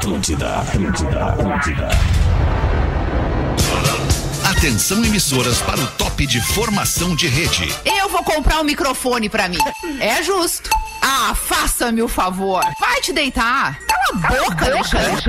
Atlântida. Atenção, emissoras, para o top de formação de rede. Eu vou comprar um microfone pra mim. É justo. Ah, faça-me o favor. Vai te deitar. Cala a boca, Alexandre.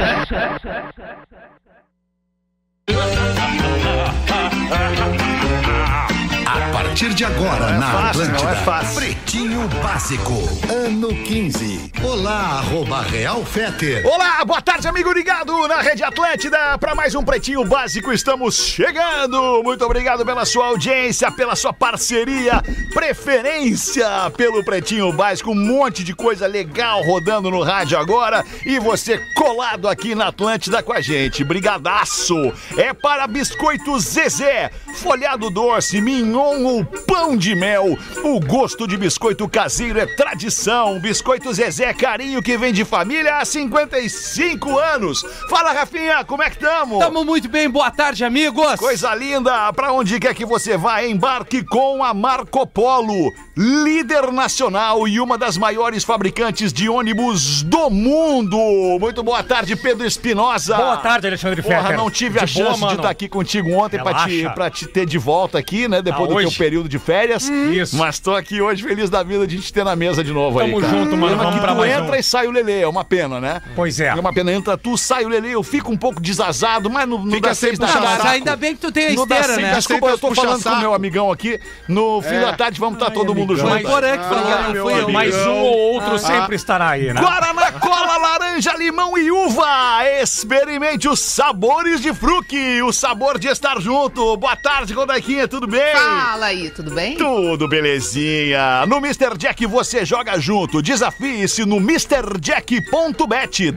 A partir de agora, na Atlântida, não é fácil. Pretinho Básico, ano 15. Olá, @Real Feter. Olá, boa tarde, amigo ligado na Rede Atlântida para mais um Pretinho Básico. Estamos chegando. Muito obrigado pela sua audiência, pela sua parceria, preferência pelo Pretinho Básico. Um monte de coisa legal rodando no rádio agora e você colado aqui na Atlântida com a gente. Brigadaço. É para Biscoito Zezé, folhado doce, mignon ou pão de mel. O gosto de biscoito caseiro é tradição. Biscoito Zezé, carinho que vem de família há 55 anos. Fala, Rafinha, como é que tamo? Tamo muito bem, boa tarde, amigos. Coisa linda, pra onde quer que você vá, embarque com a Marco Polo, líder nacional e uma das maiores fabricantes de ônibus do mundo. Muito boa tarde, Pedro Espinosa. Boa tarde, Alexandre Fetter. Porra, não tive a chance de estar aqui contigo ontem pra te ter de volta aqui, né, depois do teu período de férias. Isso. Mas tô aqui hoje feliz da vida de te ter na mesa de novo. Tamo aí, cara. junto, mano, vamos pra mais um. Entra e sai o Lelê, é uma pena, né? Pois é. É uma pena, entra tu, sai o Lelê, eu fico um pouco desazado, mas não dá sempre Não, mas ainda bem que tu tem a esteira, né? Desculpa, eu tô falando com o meu amigão aqui. No fim da tarde vamos estar todo mundo junto. Foi Porã que falou, não fui eu. Mas um ou outro sempre estará aí, né? Guaraná, cola, laranja, limão e uva. Experimente os sabores de Fruc, o sabor de estar junto. Boa tarde, Rodaquinha, tudo bem? Fala aí, tudo bem? Tudo belezinha. No Mr. Jack você joga junto. Desafie-se no MrJack.bet.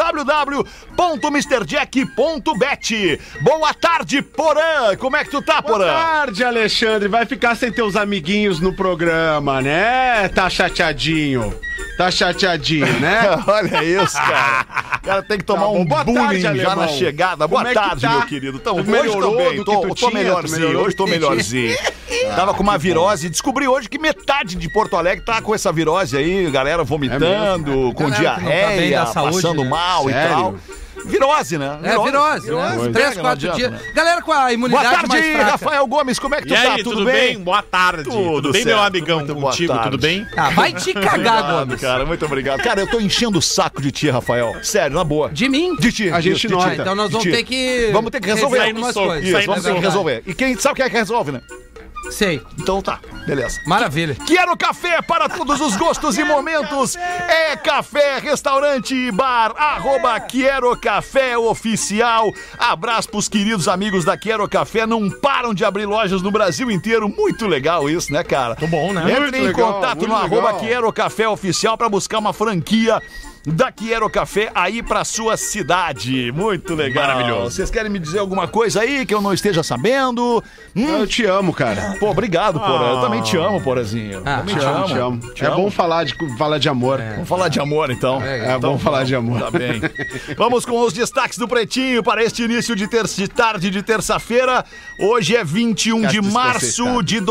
www.mrjack.bet. Boa tarde, Porã. Como é que tu tá, Porã? Boa tarde, Alexandre. Vai ficar sem teus amiguinhos no programa, né? Tá chateadinho. Tá chateadinho, né? Olha isso, cara. O cara tem que tomar um boa bullying tarde, já na alemão. chegada. Boa Como é que tarde, tá? meu querido. Então, hoje melhorou tô bem. do que tu Tô tinha? melhorzinho. Melhorou? Hoje tô melhorzinho. Tava com uma virose. Descobri hoje que metade de Porto Alegre tá com essa virose aí. Galera vomitando, com Galera que não tá bem diarreia, da saúde, passando né? mal Sério? e tal. Virose, né? Virose, né? 3, 4 dias. Galera com a imunidade Boa tarde, mais fraca. Rafael Gomes. Como é que tu E tá? aí, tudo bem? Boa tarde. Tudo bem, certo, meu amigão? muito boa Contigo, tarde. tudo bem? Ah, vai te cagar, Obrigado, Gomes. cara, muito obrigado. Cara, eu tô enchendo o saco de ti, Rafael. Sério, na boa. De mim? De ti. A gente de nós. ti, Então nós vamos de ti. ter que... Vamos ter que resolver. rever algumas Sair no coisas. soco, Isso, vamos ter que resolver. E quem sabe quem é que resolve, né? Sei. Então tá, beleza. Maravilha. Quero café para todos os gostos e momentos. É café, restaurante e bar. @Quero Café Oficial. Abraço pros queridos amigos da Quero Café. Não param de abrir lojas no Brasil inteiro. Muito legal isso, né, cara? Tô bom, né? Entre em contato no @Quero Café Oficial para buscar uma franquia da Quero Café aí pra sua cidade. Muito legal. Maravilhoso. Vocês querem me dizer alguma coisa aí que eu não esteja sabendo? Eu te amo, cara. Pô, obrigado, Porã. Eu também te amo, Porazinho. Ah, Te amo. É bom falar de amor. Vamos falar de amor, então. É bom falar de amor. Tá bem. Vamos com os destaques do Pretinho para este início de tarde de terça-feira. Hoje é 21 de março de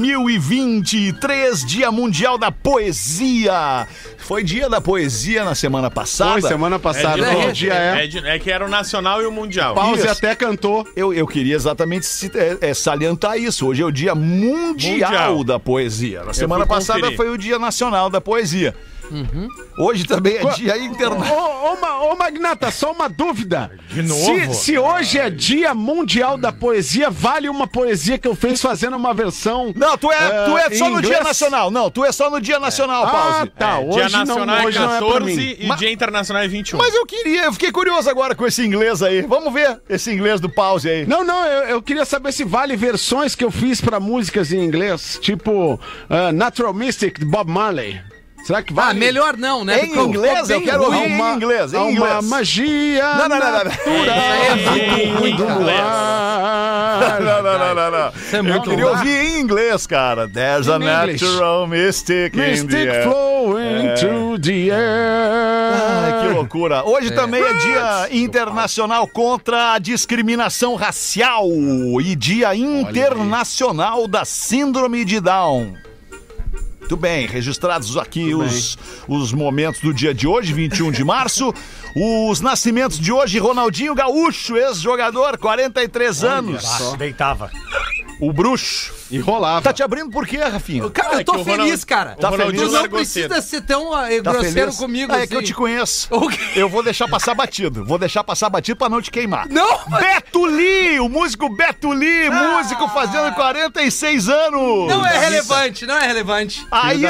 2023, Dia Mundial da Poesia. Foi Dia da Poesia na semana passada. Foi semana passada. novo. Dia É que era o Nacional e o Mundial. Pause Isso. até cantou. Eu queria exatamente salientar isso. Hoje é o Dia Mundial da Poesia. Na semana fui passada conferir. foi o Dia Nacional da Poesia. Hoje também é Dia Internacional. Ô, Magnata, só uma dúvida. De novo? Se hoje é Dia Mundial da Poesia, vale uma poesia que eu fiz fazendo uma versão... Não, tu é só em no Dia inglês? Nacional. Não, tu é só no Dia Nacional, Pause. tá. Dia Hoje Nacional é hoje não é pra 14 mim. e Dia Internacional é 21. Mas eu fiquei curioso agora com esse inglês aí. Vamos ver esse inglês do Pause aí. Não, eu queria saber se vale versões que eu fiz pra músicas em inglês, tipo Natural Mystic, de Bob Marley. Será que vale? Ah, melhor não, né? Em inglês, eu quero ouvir em inglês. Há uma magia Não. natural É muito ruim, do cara. ar. Não. Isso é Eu muito queria ruim. ouvir em inglês, cara. There's a In English. natural mystic in the Mystic air. flowing through the air. Ai, que loucura. Hoje também é Dia Internacional contra a Discriminação Racial e Dia Internacional da Síndrome de Down. Muito bem, registrados aqui os momentos do dia de hoje, 21 de março. Os nascimentos de hoje, Ronaldinho Gaúcho, ex-jogador, 43 anos. Deitava. O bruxo. Enrolava. Tá te abrindo por quê, Rafinha? Cara, eu tô feliz, cara. Tá feliz? Tu não precisa ser tão grosseiro comigo É assim. que eu te conheço. O quê? Eu vou deixar passar batido. Vou deixar passar batido pra não te queimar. Não, mas Beto Lee, o músico Beto Lee, músico fazendo 46 anos. não é relevante, não é relevante.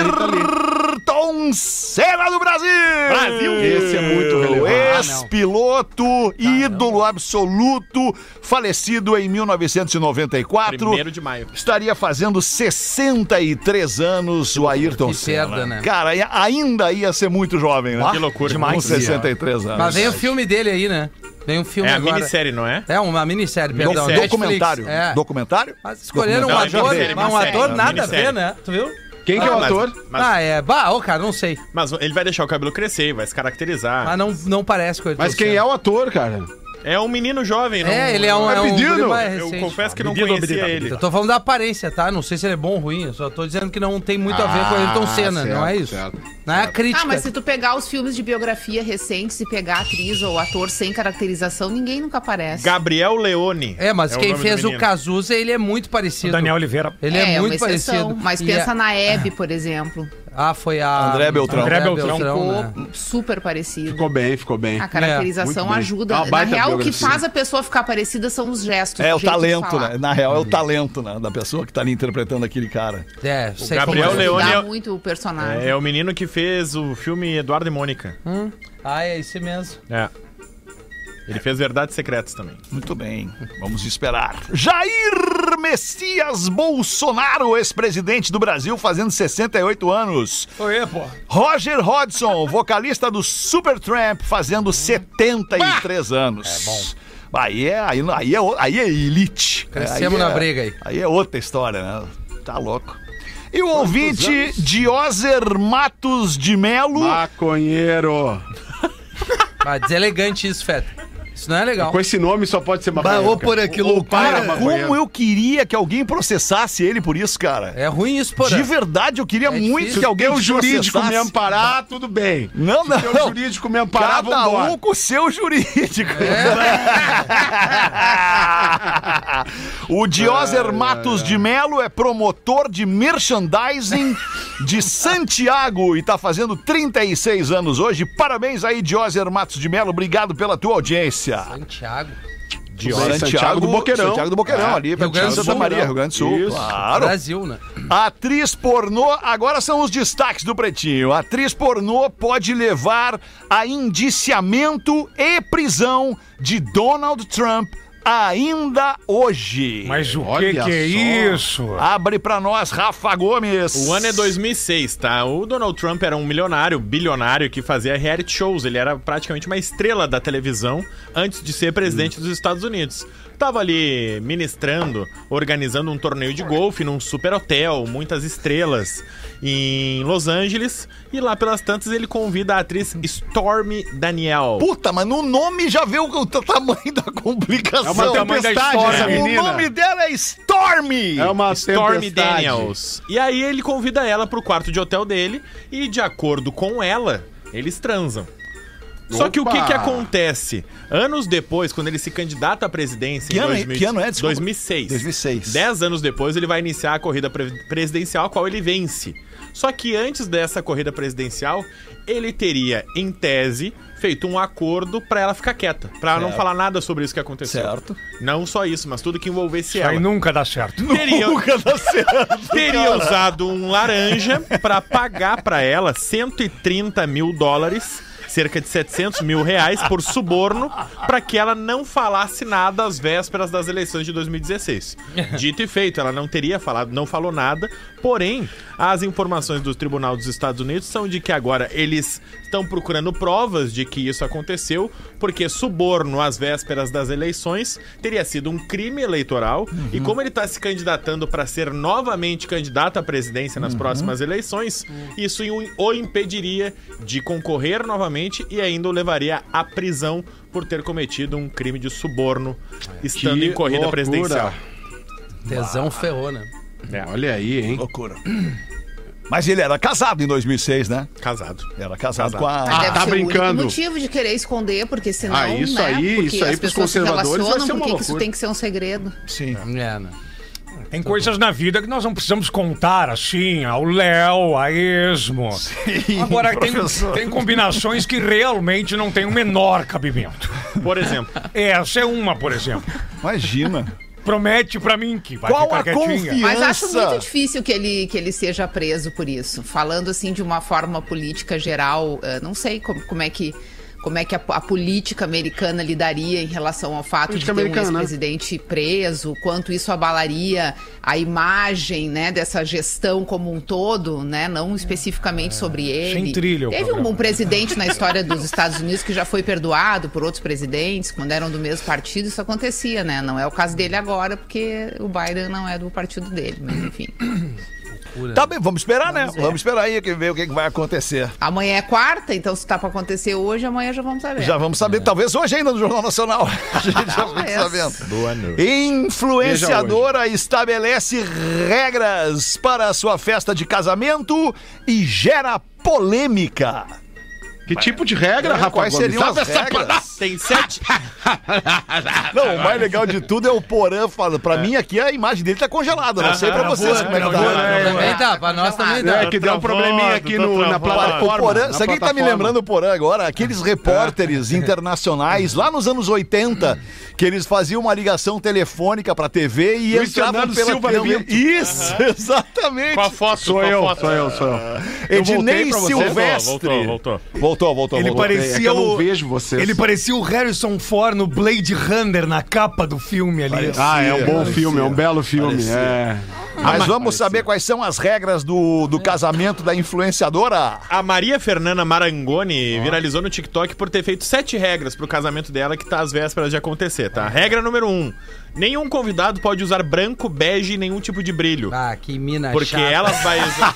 Ayrton Senna do Brasil. Esse é muito relevante. Ex-piloto, ídolo absoluto, falecido em 1994. 1º de maio. Estaria fazendo 63 anos o Ayrton Que Senna. perda, né? Cara, ainda ia ser muito jovem, né? Que loucura. Com 63 anos. Mas vem o filme dele aí, né? Vem um filme É a agora. minissérie, não é? É uma minissérie, perdão. Minissérie. Documentário. Netflix, é. Documentário? Mas escolheram um Documentário. ator, Minissérie, mas um ator minissérie. nada a ver, Minissérie. né? Tu viu? Quem que é o ator? Cara, não sei. Mas ele vai deixar o cabelo crescer, vai se caracterizar. Mas não parece com ele. Mas quem é o ator, cara? É um menino jovem, não? Ele é um pedido? guri mais Eu recente. confesso que não Pedido, conhecia obedido. ele. Eu tô falando da aparência, tá? Não sei se ele é bom ou ruim. Eu só tô dizendo que não tem muito a ver com o Ayrton Senna, certo, não é isso? certo. Não é a crítica. Ah, mas se tu pegar os filmes de biografia recentes e pegar atriz ou ator sem caracterização, ninguém nunca aparece. Gabriel Leone. É, mas o quem nome fez do o menino. Cazuza, ele é muito parecido. Daniel Oliveira. Ele é, uma muito exceção, parecido. Mas E pensa a- na Hebe, por exemplo. Ah, foi a... André Beltrão. André Beltrão. Ficou né? super parecido. Ficou bem. A caracterização muito bem. ajuda. É uma Na baita real, o que biografia. faz a pessoa ficar parecida são os gestos. É o jeito de talento, falar. né? Na real, é o talento, né? Da pessoa que tá ali interpretando aquele cara. É, sei Gabriel como é. Leone Dá é- muito o personagem. É o menino que fez o filme Eduardo e Mônica. Ah, é esse mesmo. É. Ele fez Verdades Secretas também. Muito bem, vamos esperar. Jair Messias Bolsonaro, ex-presidente do Brasil, fazendo 68 anos. Oi, pô. Roger Hodgson, vocalista do Supertramp, fazendo 73 anos. É bom. Aí é elite. Crescemos na briga aí. Aí é outra história, né? Tá louco. E o ouvinte Dioser Matos de Melo. Maconheiro. Mas deselegante isso, Feta. Isso não é legal. Com esse nome só pode ser maconheiro. cara. que O pai era maconheiro. Como eu queria que alguém processasse ele por isso, cara. É ruim isso, porra. De verdade, eu queria muito difícil. que alguém Tem o jurídico me processasse. amparar, tudo bem. Não, não. Se tem o jurídico me amparar, Cada vambora. um com o seu jurídico. O Dioser Matos de Melo é promotor de merchandising de Santiago e tá fazendo 36 anos hoje. Parabéns aí, Dioser Matos de Melo. Obrigado pela tua audiência. Santiago. Santiago do Boqueirão. Santiago do Boqueirão, ali, Rio Grande do Santa Sul, Maria, não. Rio Grande do Sul. Isso. Claro. Brasil, né? Atriz pornô, agora são os destaques do Pretinho. Atriz pornô pode levar a indiciamento e prisão de Donald Trump ainda hoje. Mas o Olha que é só. isso? Abre pra nós, Rafa Gomes. O ano é 2006, tá? O Donald Trump era um milionário, bilionário, que fazia reality shows. Ele era praticamente uma estrela da televisão antes de ser presidente dos Estados Unidos. Tava ali ministrando, organizando um torneio de golfe num super hotel, muitas estrelas, em Los Angeles. E lá pelas tantas ele convida a atriz Stormy Daniel. Puta, mas no nome já vê o tamanho da complicação. É uma tempestade essa O menina. nome dela é Stormy. É uma Stormy tempestade. Daniels. E aí ele convida ela pro quarto de hotel dele e, de acordo com ela, eles transam. Só que o que Opa! acontece? Anos depois, quando ele se candidata à presidência Que em ano é? 2000, Que ano é? Desculpa. 2006. 2006. 10 anos depois, ele vai iniciar a corrida presidencial, a qual ele vence. Só que antes dessa corrida presidencial, ele teria, em tese, feito um acordo pra ela ficar quieta. Pra ela não falar nada sobre isso que aconteceu. Certo. Não só isso, mas tudo que envolvesse Isso aí ela. nunca dá certo. Nunca dá certo. Teria usado um laranja pra pagar pra ela $130 mil, cerca de R$700 mil por suborno, pra que ela não falasse nada às vésperas das eleições de 2016. Dito e feito, ela não teria falado, não falou nada, porém, as informações do Tribunal dos Estados Unidos são de que agora eles estão procurando provas de que isso aconteceu, porque suborno às vésperas das eleições teria sido um crime eleitoral, e como ele está se candidatando para ser novamente candidato à presidência nas próximas eleições, isso o impediria de concorrer novamente e ainda o levaria à prisão por ter cometido um crime de suborno estando em corrida loucura. presidencial. Tesão ferrou, né? Olha aí, hein? Loucura. Mas ele era casado em 2006, né? Casado. Era casado com a... Mas deve tá ser brincando. o único motivo de querer esconder, porque senão, isso né? aí, Porque isso aí as pros pessoas se conservadores vai relacionam, ser uma por que isso loucura. tem que ser um segredo? Sim. É, né? Tem coisas na vida que nós não precisamos contar, assim, ao léu, a esmo. Agora, tem combinações que realmente não tem o menor cabimento. Por exemplo. Essa é uma, por exemplo. Imagina. Promete pra mim que vai Qual ficar a quietinha. confiança? Mas acho muito difícil que ele seja preso por isso. Falando assim de uma forma política geral, não sei como é que a política americana lidaria em relação ao fato de ter um ex-presidente preso, quanto isso abalaria a imagem, né, dessa gestão como um todo, né, não especificamente sobre ele. Sem trilha o Teve programa. um presidente na história dos Estados Unidos que já foi perdoado por outros presidentes, quando eram do mesmo partido, isso acontecia, né? Não é o caso dele agora, porque o Biden não é do partido dele, mas enfim. Tá bem, vamos esperar, né? Vamos esperar aí, ver o que vai acontecer. Amanhã é quarta, então se tá pra acontecer hoje, amanhã já vamos saber. Já vamos saber, talvez hoje ainda no Jornal Nacional. A gente já fica sabendo. Boa noite. Influenciadora estabelece regras para a sua festa de casamento e gera polêmica. Que tipo de regra, rapaz? Quais seriam as Sabe essa regras? Tem 7. Não, o mais legal de tudo é o Porã falando. Pra mim aqui a imagem dele tá congelada. Não sei pra vocês como é que tá. Também tá, pra nós também É tá. que deu um probleminha aqui na plataforma. O Porã, na sabe quem tá me plataforma. lembrando o Porã agora? Aqueles repórteres internacionais lá nos anos 80, que eles faziam uma ligação telefônica pra TV e Luiz entravam Fernando pela Silva TV. Bento. Isso, exatamente. Com a foto. Sou com a eu. foto. Ednei pra você. Silvestre. Voltou. Ele É que parecia eu não o... vejo vocês. Ele parecia o Harrison Ford no Blade Runner, na capa do filme ali. Ah, é um bom filme, é um belo filme. É. Mas vamos saber quais são as regras do casamento da influenciadora. A Maria Fernanda Marangoni viralizou no TikTok por ter feito 7 regras pro casamento dela que tá às vésperas de acontecer, tá? Regra número 1. Nenhum convidado pode usar branco, bege e nenhum tipo de brilho. Ah, que mina Porque chata. ela vai usar.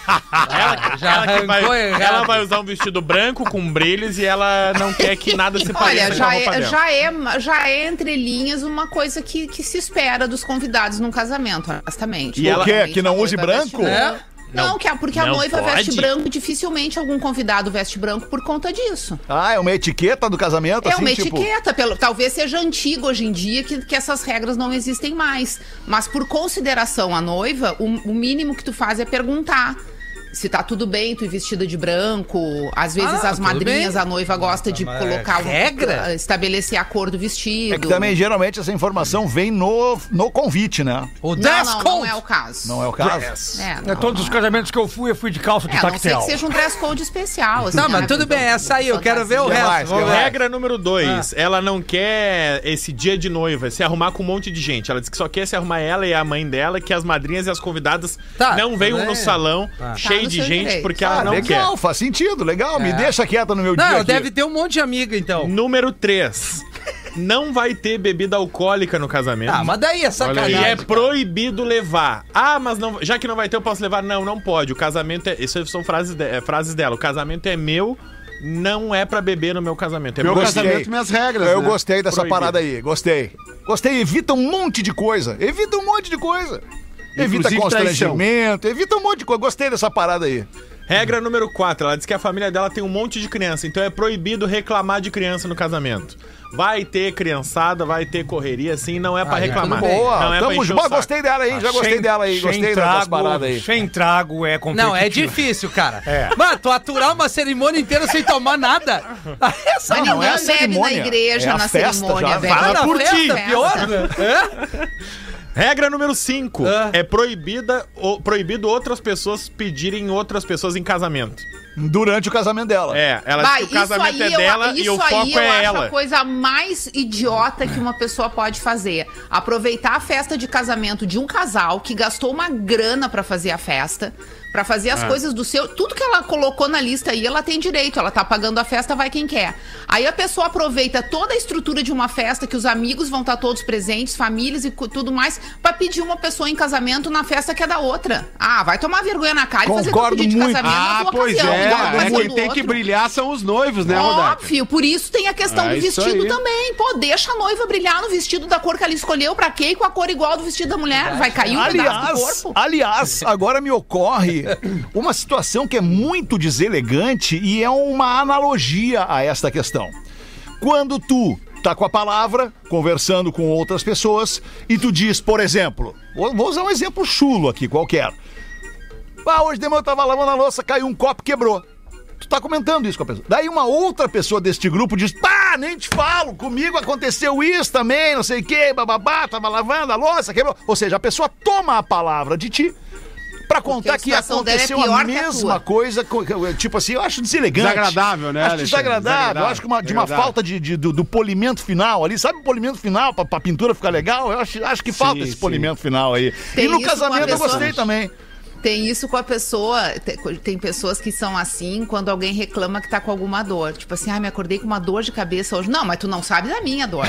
Ela vai usar um vestido branco com brilhos e ela não quer que nada se pareça Olha, com a roupa dela. já é entre linhas uma coisa que se espera dos convidados num casamento, honestamente. E ela- O quê? Que não use branco? Não, porque a não noiva veste pode? branco, dificilmente algum convidado veste branco por conta disso. Ah, é uma etiqueta do casamento? É assim, uma tipo... etiqueta, talvez seja antigo hoje em dia que essas regras não existem mais. Mas por consideração à noiva, o mínimo que tu faz é perguntar se tá tudo bem tu ir vestida de branco. Às vezes as tudo madrinhas, bem. a noiva gosta de colocar regra? estabelecer a cor do vestido. É que também, geralmente, essa informação vem no convite, né? O Não, dress não code. é o caso. Não é o caso? Não. Todos os casamentos que eu fui de calça de É, a não ser tactel. que seja um dress code especial. Assim, Tá, mas né? tudo bem, essa aí, eu quero ver o Que resto. mais? Vamos Que ver. Regra número 2. Ela não quer esse dia de noiva se arrumar com um monte de gente. Ela diz que só quer se arrumar ela e a mãe dela, que as madrinhas e as convidadas Tá, não venham tudo no bem. salão cheio Tá no de seu gente direito. porque ela não legal, quer. faz sentido, legal. Me deixa quieta no meu dia Não, aqui. deve ter um monte de amiga, então. Número 3. Não vai ter bebida alcoólica no casamento. Ah, mas daí é E sacanagem. é proibido levar. Ah, mas não, já que não vai ter, eu posso levar? Não, não pode. O casamento é. Isso são frases dela. O casamento é meu, não é pra beber no meu casamento. É Meu meu casamento, minhas regras. Eu né? gostei dessa Proibido. parada aí, gostei. Gostei, evita um monte de coisa. Evita um monte de coisa. Evita Inclusive constrangimento, evita um monte de coisa. Gostei dessa parada aí. Regra número 4, ela diz que a família dela tem um monte de criança, então é proibido reclamar de criança no casamento. Vai ter criançada, vai ter correria, assim, não é pra reclamar. tudo bem. Boa, Não é pra tamo encher o junto. saco. Gostei dela aí, já gostei dela aí. Gostei dessas paradas aí. Sem trago é competitivo. Não, é difícil, cara. É. Mano, tu aturar uma cerimônia inteira sem tomar nada. Essa Mas não é a ninguém bebe na cerimônia, igreja é a na festa cerimônia, já. velho. Fala na por festa, ti. pior, né? Regra número 5, Ah. é proibido outras pessoas pedirem outras pessoas em casamento. Durante o casamento dela. É, ela diz que o casamento é dela e o foco eu é acho ela. a coisa mais idiota que uma pessoa pode fazer. Aproveitar a festa de casamento de um casal que gastou uma grana pra fazer a festa, pra fazer as coisas do seu... Tudo que ela colocou na lista aí, ela tem direito. Ela tá pagando a festa, vai quem quer. Aí a pessoa aproveita toda a estrutura de uma festa, que os amigos vão estar todos presentes, famílias e tudo mais, pra pedir uma pessoa em casamento na festa que é da outra. Ah, vai tomar vergonha na cara e fazer teu Concordo pedido de muito. casamento na tua ocasião. igual vai fazer Quem do tem que outro. brilhar são os noivos, né, Rodaica? Óbvio, por isso tem a questão do isso vestido aí. também. Pô, deixa a noiva brilhar no vestido da cor que ela escolheu pra quê e com a cor igual do vestido da mulher. Vai cair um pedaço do corpo. Aliás, agora me ocorre aqui uma situação que é muito deselegante e é uma analogia a esta questão. Quando tu tá com a palavra, conversando com outras pessoas, e tu diz, por exemplo, vou usar um exemplo chulo aqui, qualquer. Hoje de manhã eu tava lavando a louça, caiu um copo, quebrou. Tu tá comentando isso com a pessoa. Daí uma outra pessoa deste grupo diz, nem te falo, comigo aconteceu isso também, não sei o que, bababá, tava lavando a louça, quebrou. Ou seja, a pessoa toma a palavra de ti pra contar que aconteceu a mesma coisa, tipo assim, eu acho deselegante. Desagradável, né? Acho desagradável, acho que de uma falta do polimento final ali, sabe o polimento final pra pintura ficar legal? Eu acho que falta esse polimento final aí. Tem e no isso casamento eu com a gostei pessoa. também. Tem isso com a pessoa, tem pessoas que são assim quando alguém reclama que tá com alguma dor. Tipo assim, me acordei com uma dor de cabeça hoje. Não, mas tu não sabe da minha dor.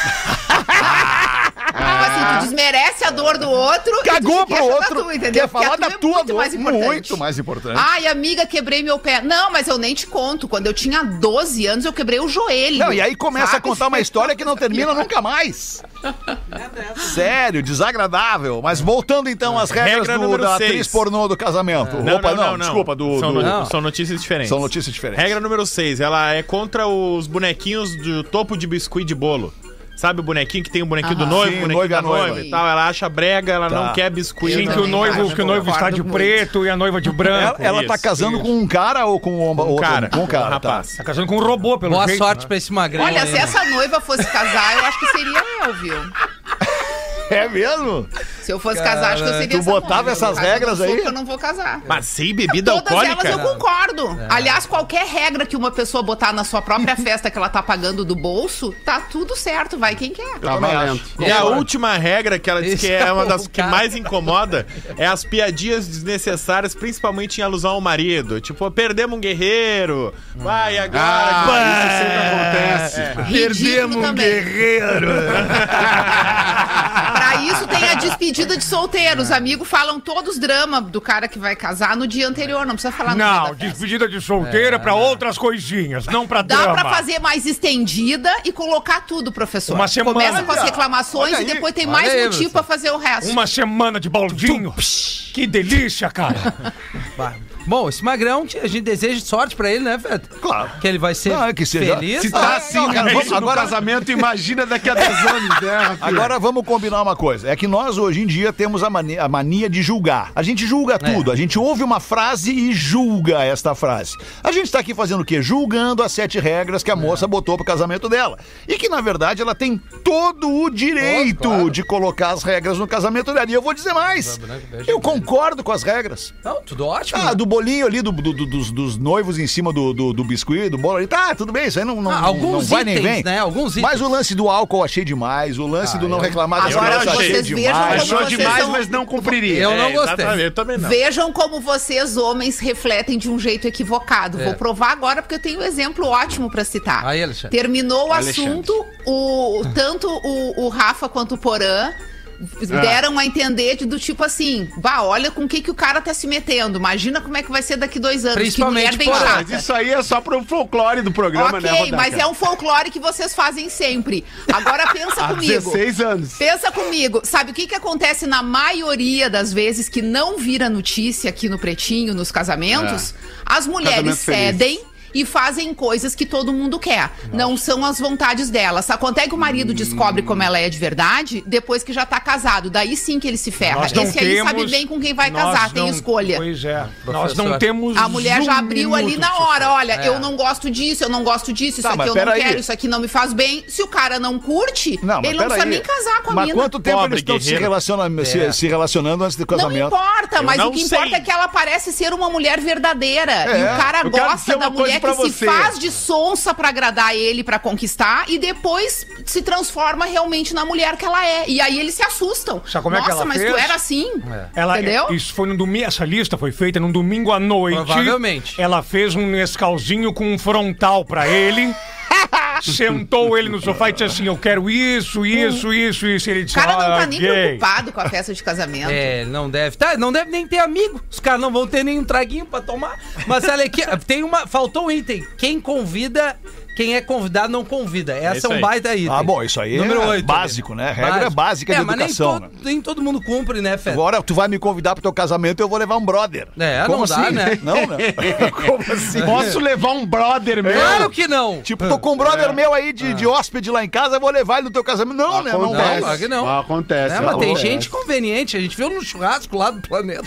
Tipo assim, tu desmerece a dor do outro. Cagou e tu pro outro, tua, entendeu? quer falar da tua dor, mais importante. muito mais importante. Amiga, quebrei meu pé. Não, mas eu nem te conto. Quando eu tinha 12 anos, eu quebrei o joelho. Não, e aí começa sabe? a contar uma história que não termina nunca mais. Sério, desagradável. Mas voltando então às regras Regra da 6. atriz pornô do casamento. Não. Desculpa, São notícias diferentes. São notícias diferentes. Regra número 6, ela é contra os bonequinhos do topo de biscuit de bolo. Sabe o bonequinho que tem o bonequinho do noivo, sim, bonequinho noiva da e noiva. noiva e tal? Ela acha brega, ela não quer biscuit. Sim, Eu que o também acho, noivo está de concordo preto e a noiva de branco. Ela tá Isso, casando com um cara ou com outro? cara, Com um cara, rapaz. Tá casando com um robô, pelo Boa jeito. sorte pra esse magrão. Olha, aí, se né? essa noiva fosse casar, eu acho que seria eu, viu? É mesmo? Se eu fosse casar, acho que eu seria tu essa botava noiva. essas Caso eu regras não sou, aí? que eu não vou casar. Mas sem bebida Todas alcoólica? elas eu concordo. Aliás, qualquer regra que uma pessoa botar na sua própria festa que ela tá pagando do bolso, tá tudo certo, vai quem quer. Tá valendo. E a última regra que ela diz que Esse é uma é das o que cara. mais incomoda é as piadinhas desnecessárias, principalmente em alusão ao marido. Tipo, perdemos um guerreiro. Vai agora. Isso sempre acontece. Ridículo também. guerreiro. Pra isso tem a despedida de solteiro. Os amigos falam todos os dramas do cara que vai casar no dia anterior. Não precisa falar no dia Não, da festa. despedida de solteira pra outras coisinhas, não pra Dá drama. pra fazer mais estendida e colocar tudo, professor. Uma semana. Começa com as Olha reclamações aí. e depois tem Olha mais aí, motivo você. pra fazer o resto. Uma semana de baldinho. Que delícia, cara. Bom, esse magrão, a gente deseja sorte pra ele, né, Feta? Claro. Que ele vai ser Não, é que seja- feliz. Se tá assim, não, cara, vamos, agora- no casamento, imagina daqui a 10 anos, né, Rafinha? Agora vamos combinar uma coisa. É que nós hoje em dia temos a mania de julgar. A gente julga tudo. A gente ouve uma frase e julga esta frase. A gente tá aqui fazendo o quê? Julgando as 7 regras que a moça botou pro casamento dela. E que, na verdade, ela tem todo o direito de colocar as regras no casamento dela. E eu vou dizer mais. Eu concordo com as regras. Não, tudo ótimo. Do bolinho ali, dos noivos em cima do biscuit, do bolo ali. Tá, tudo bem, isso aí não alguns vai nem itens, vem. né? Alguns itens. Mas o lance do álcool eu achei demais. O lance do não reclamar das Agora crianças eu achei vocês vejam demais. como Achou vocês demais, são- mas não cumpriria. Eu não gostei. Exatamente, eu também não. Vejam como vocês, homens, refletem de um jeito equivocado. É. Vou provar agora porque eu tenho um exemplo ótimo pra citar. Aí, Alexandre. Terminou o Alexandre. assunto, tanto o Rafa quanto o Porã deram a entender do tipo assim, olha com o que o cara tá se metendo. Imagina como é que vai ser daqui 2 anos. Principalmente que mulher bem Porã, chata. Mas isso aí é só pro folclore do programa, né, Ok, Rodaica? mas é um folclore que vocês fazem sempre. Agora pensa Há comigo. 16 anos. Pensa comigo. Sabe o que acontece na maioria das vezes que não vira notícia aqui no Pretinho, nos casamentos? As mulheres Casamento feliz. cedem e fazem coisas que todo mundo quer. Não são as vontades dela. Sabe quando é que o marido descobre como ela é de verdade? Depois que já tá casado. Daí sim que ele se ferra. Nós não Esse aí sabe temos- bem com quem vai nós casar, tem não- escolha. Pois é. Nós Professor. não temos. A mulher já abriu ali minuto na de hora, olha, É. eu não gosto disso, eu não gosto disso, isso Tá, aqui mas eu não peraí. quero, isso aqui não me faz bem. Se o cara não curte, Não, mas ele não precisa peraí. nem casar com a Mas mina. quanto tempo Pobre eles estão guerreiro. se relacionando antes do Não casamento? importa, mas não o que importa sei. é que ela parece ser uma mulher verdadeira. E o cara eu quero gosta dizer da uma coisa mulher pra que se você. faz de sonsa pra agradar ele, pra conquistar, e depois se transforma realmente na mulher que ela é. E aí eles se assustam. Sabe como é que Nossa, ela mas fez? tu era assim? Ela, Entendeu? Isso foi no domingo. Essa lista foi feita num domingo à noite. Provavelmente. Ela fez um Nescauzinho com um frontal pra ele. Sentou ele no sofá e disse assim: eu quero isso. E ele O disse: cara não tá nem "Ok." preocupado com a festa de casamento. É, não deve. Tá, não deve nem ter amigo. Os caras não vão ter nenhum traguinho pra tomar. Mas olha aqui, faltou um item. Quem convida quem é convidado não convida. Essa é um baita item. Ah, bom, isso aí Número é 8, básico, né? Regra básica de educação. Mas nem todo mundo cumpre, né, Fé? Agora, tu vai me convidar pro teu casamento, eu vou levar um brother. Como não assim? Dá, né? Não, né? Como assim? Posso levar um brother meu? Claro que não. Tipo, tô com um brother meu aí de hóspede lá em casa, eu vou levar ele no teu casamento. Não, né? Não Acontece. Claro que não. Acontece. Mas tem gente conveniente. A gente viu no churrasco lá do planeta.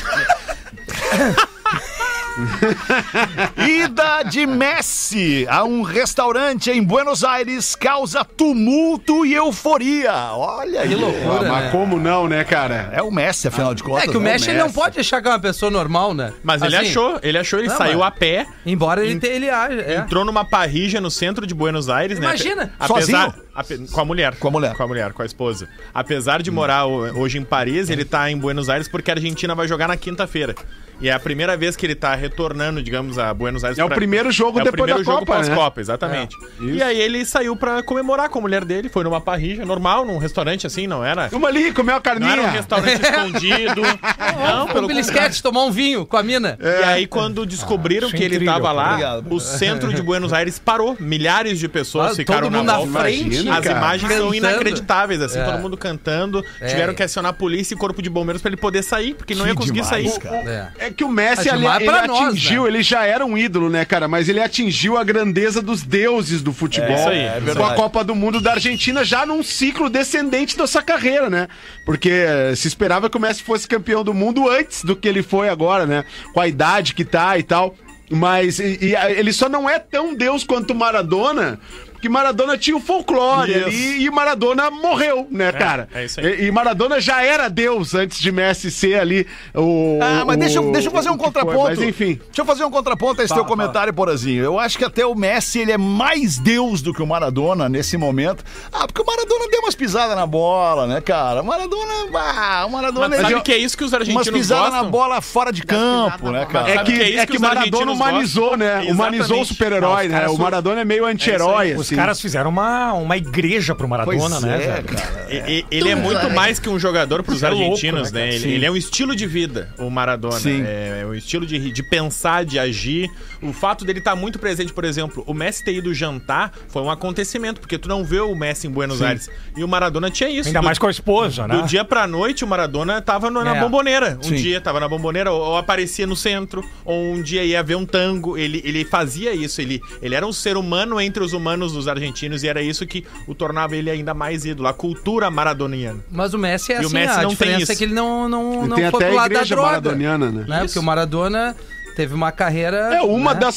Ida de Messi a um restaurante em Buenos Aires causa tumulto e euforia. Olha aí. Que loucura, Mas como não, né, cara? É o Messi, afinal de contas. É que o Messi ele não pode achar que é uma pessoa normal, né? Mas ele Assim, achou, ele saiu a pé. Embora ele age. Entrou numa parrilla no centro de Buenos Aires, Imagina. né? Sozinho? Com a mulher. Com a mulher. Com a esposa. Apesar de morar hoje em Paris, ele tá em Buenos Aires porque a Argentina vai jogar na quinta-feira. E é a primeira vez que ele tá retornando, digamos, a Buenos Aires. É o primeiro jogo depois da Copa, né? Pós-Copa, exatamente. E aí ele saiu pra comemorar com a mulher dele, foi numa parrilla normal, num restaurante assim, não era? Uma ali, comeu a Não carninha. era um restaurante escondido. Não, pelo belisquete, tomar um vinho com a mina. E aí, quando descobriram que ele incrível, tava lá, obrigado. o centro de Buenos Aires parou. Milhares de pessoas ficaram todo mundo na na volta. frente. Imagina, As cara. imagens são Cantando. inacreditáveis, assim, É. todo mundo cantando. Tiveram que acionar a polícia e corpo de bombeiros pra ele poder sair, porque não ia conseguir demais, sair. cara. É que o Messi Mas ali, demais ele pra nós, atingiu, né? ele já era um ídolo, né, cara? Mas ele atingiu a grandeza dos deuses do futebol. É isso aí, é com verdade. a Copa do Mundo da Argentina já num ciclo descendente dessa carreira, né? Porque se esperava que o Messi fosse campeão do mundo antes do que ele foi agora, né? Com a idade que tá e tal. Mas ele só não é tão deus quanto o Maradona, porque Maradona tinha o folclore Isso. ali e Maradona morreu, né, cara? é isso aí. E Maradona já era deus antes de Messi ser ali o... Mas deixa eu fazer um o que foi. contraponto. Mas enfim. Deixa eu fazer um contraponto a esse teu comentário, Porazinho. Eu acho que até o Messi, ele é mais Deus do que o Maradona nesse momento. Porque o Maradona deu umas pisadas na bola, né, cara? O Maradona... o Maradona... Mas sabe que é isso que os umas argentinos pisadas gostam? na bola fora de campo, né, cara? É Sabe que é isso que que os Maradona argentinos humanizou, gostam? né? Exatamente. Humanizou o super-herói, Os né? caras O Maradona é meio anti-herói, Os assim. caras fizeram uma igreja pro Maradona, Pois né, é, velho? cara. Ele é muito mais que um jogador pros Isso é louco, argentinos, né, né? cara? Ele é um estilo de vida, o Maradona. Sim. É um estilo de pensar, de agir. O fato dele estar muito presente, por exemplo, o Messi ter ido jantar foi um acontecimento, porque tu não vê o Messi em Buenos Aires. E o Maradona tinha isso. Ainda mais com a esposa, né? Do dia pra noite, o Maradona tava na Bomboneira. Um Sim. dia tava na Bomboneira, ou aparecia no centro, ou um dia ia ver um tango. Ele fazia isso. Ele era um ser humano entre os humanos dos argentinos, e era isso que o tornava ele ainda mais ídolo. A cultura maradoniana. Mas o Messi é E o assim, Messi a não tem diferença isso. é que ele não Tem foi até pro a lado da igreja droga. maradoniana, né? Porque o Maradona teve uma carreira... É, uma né? das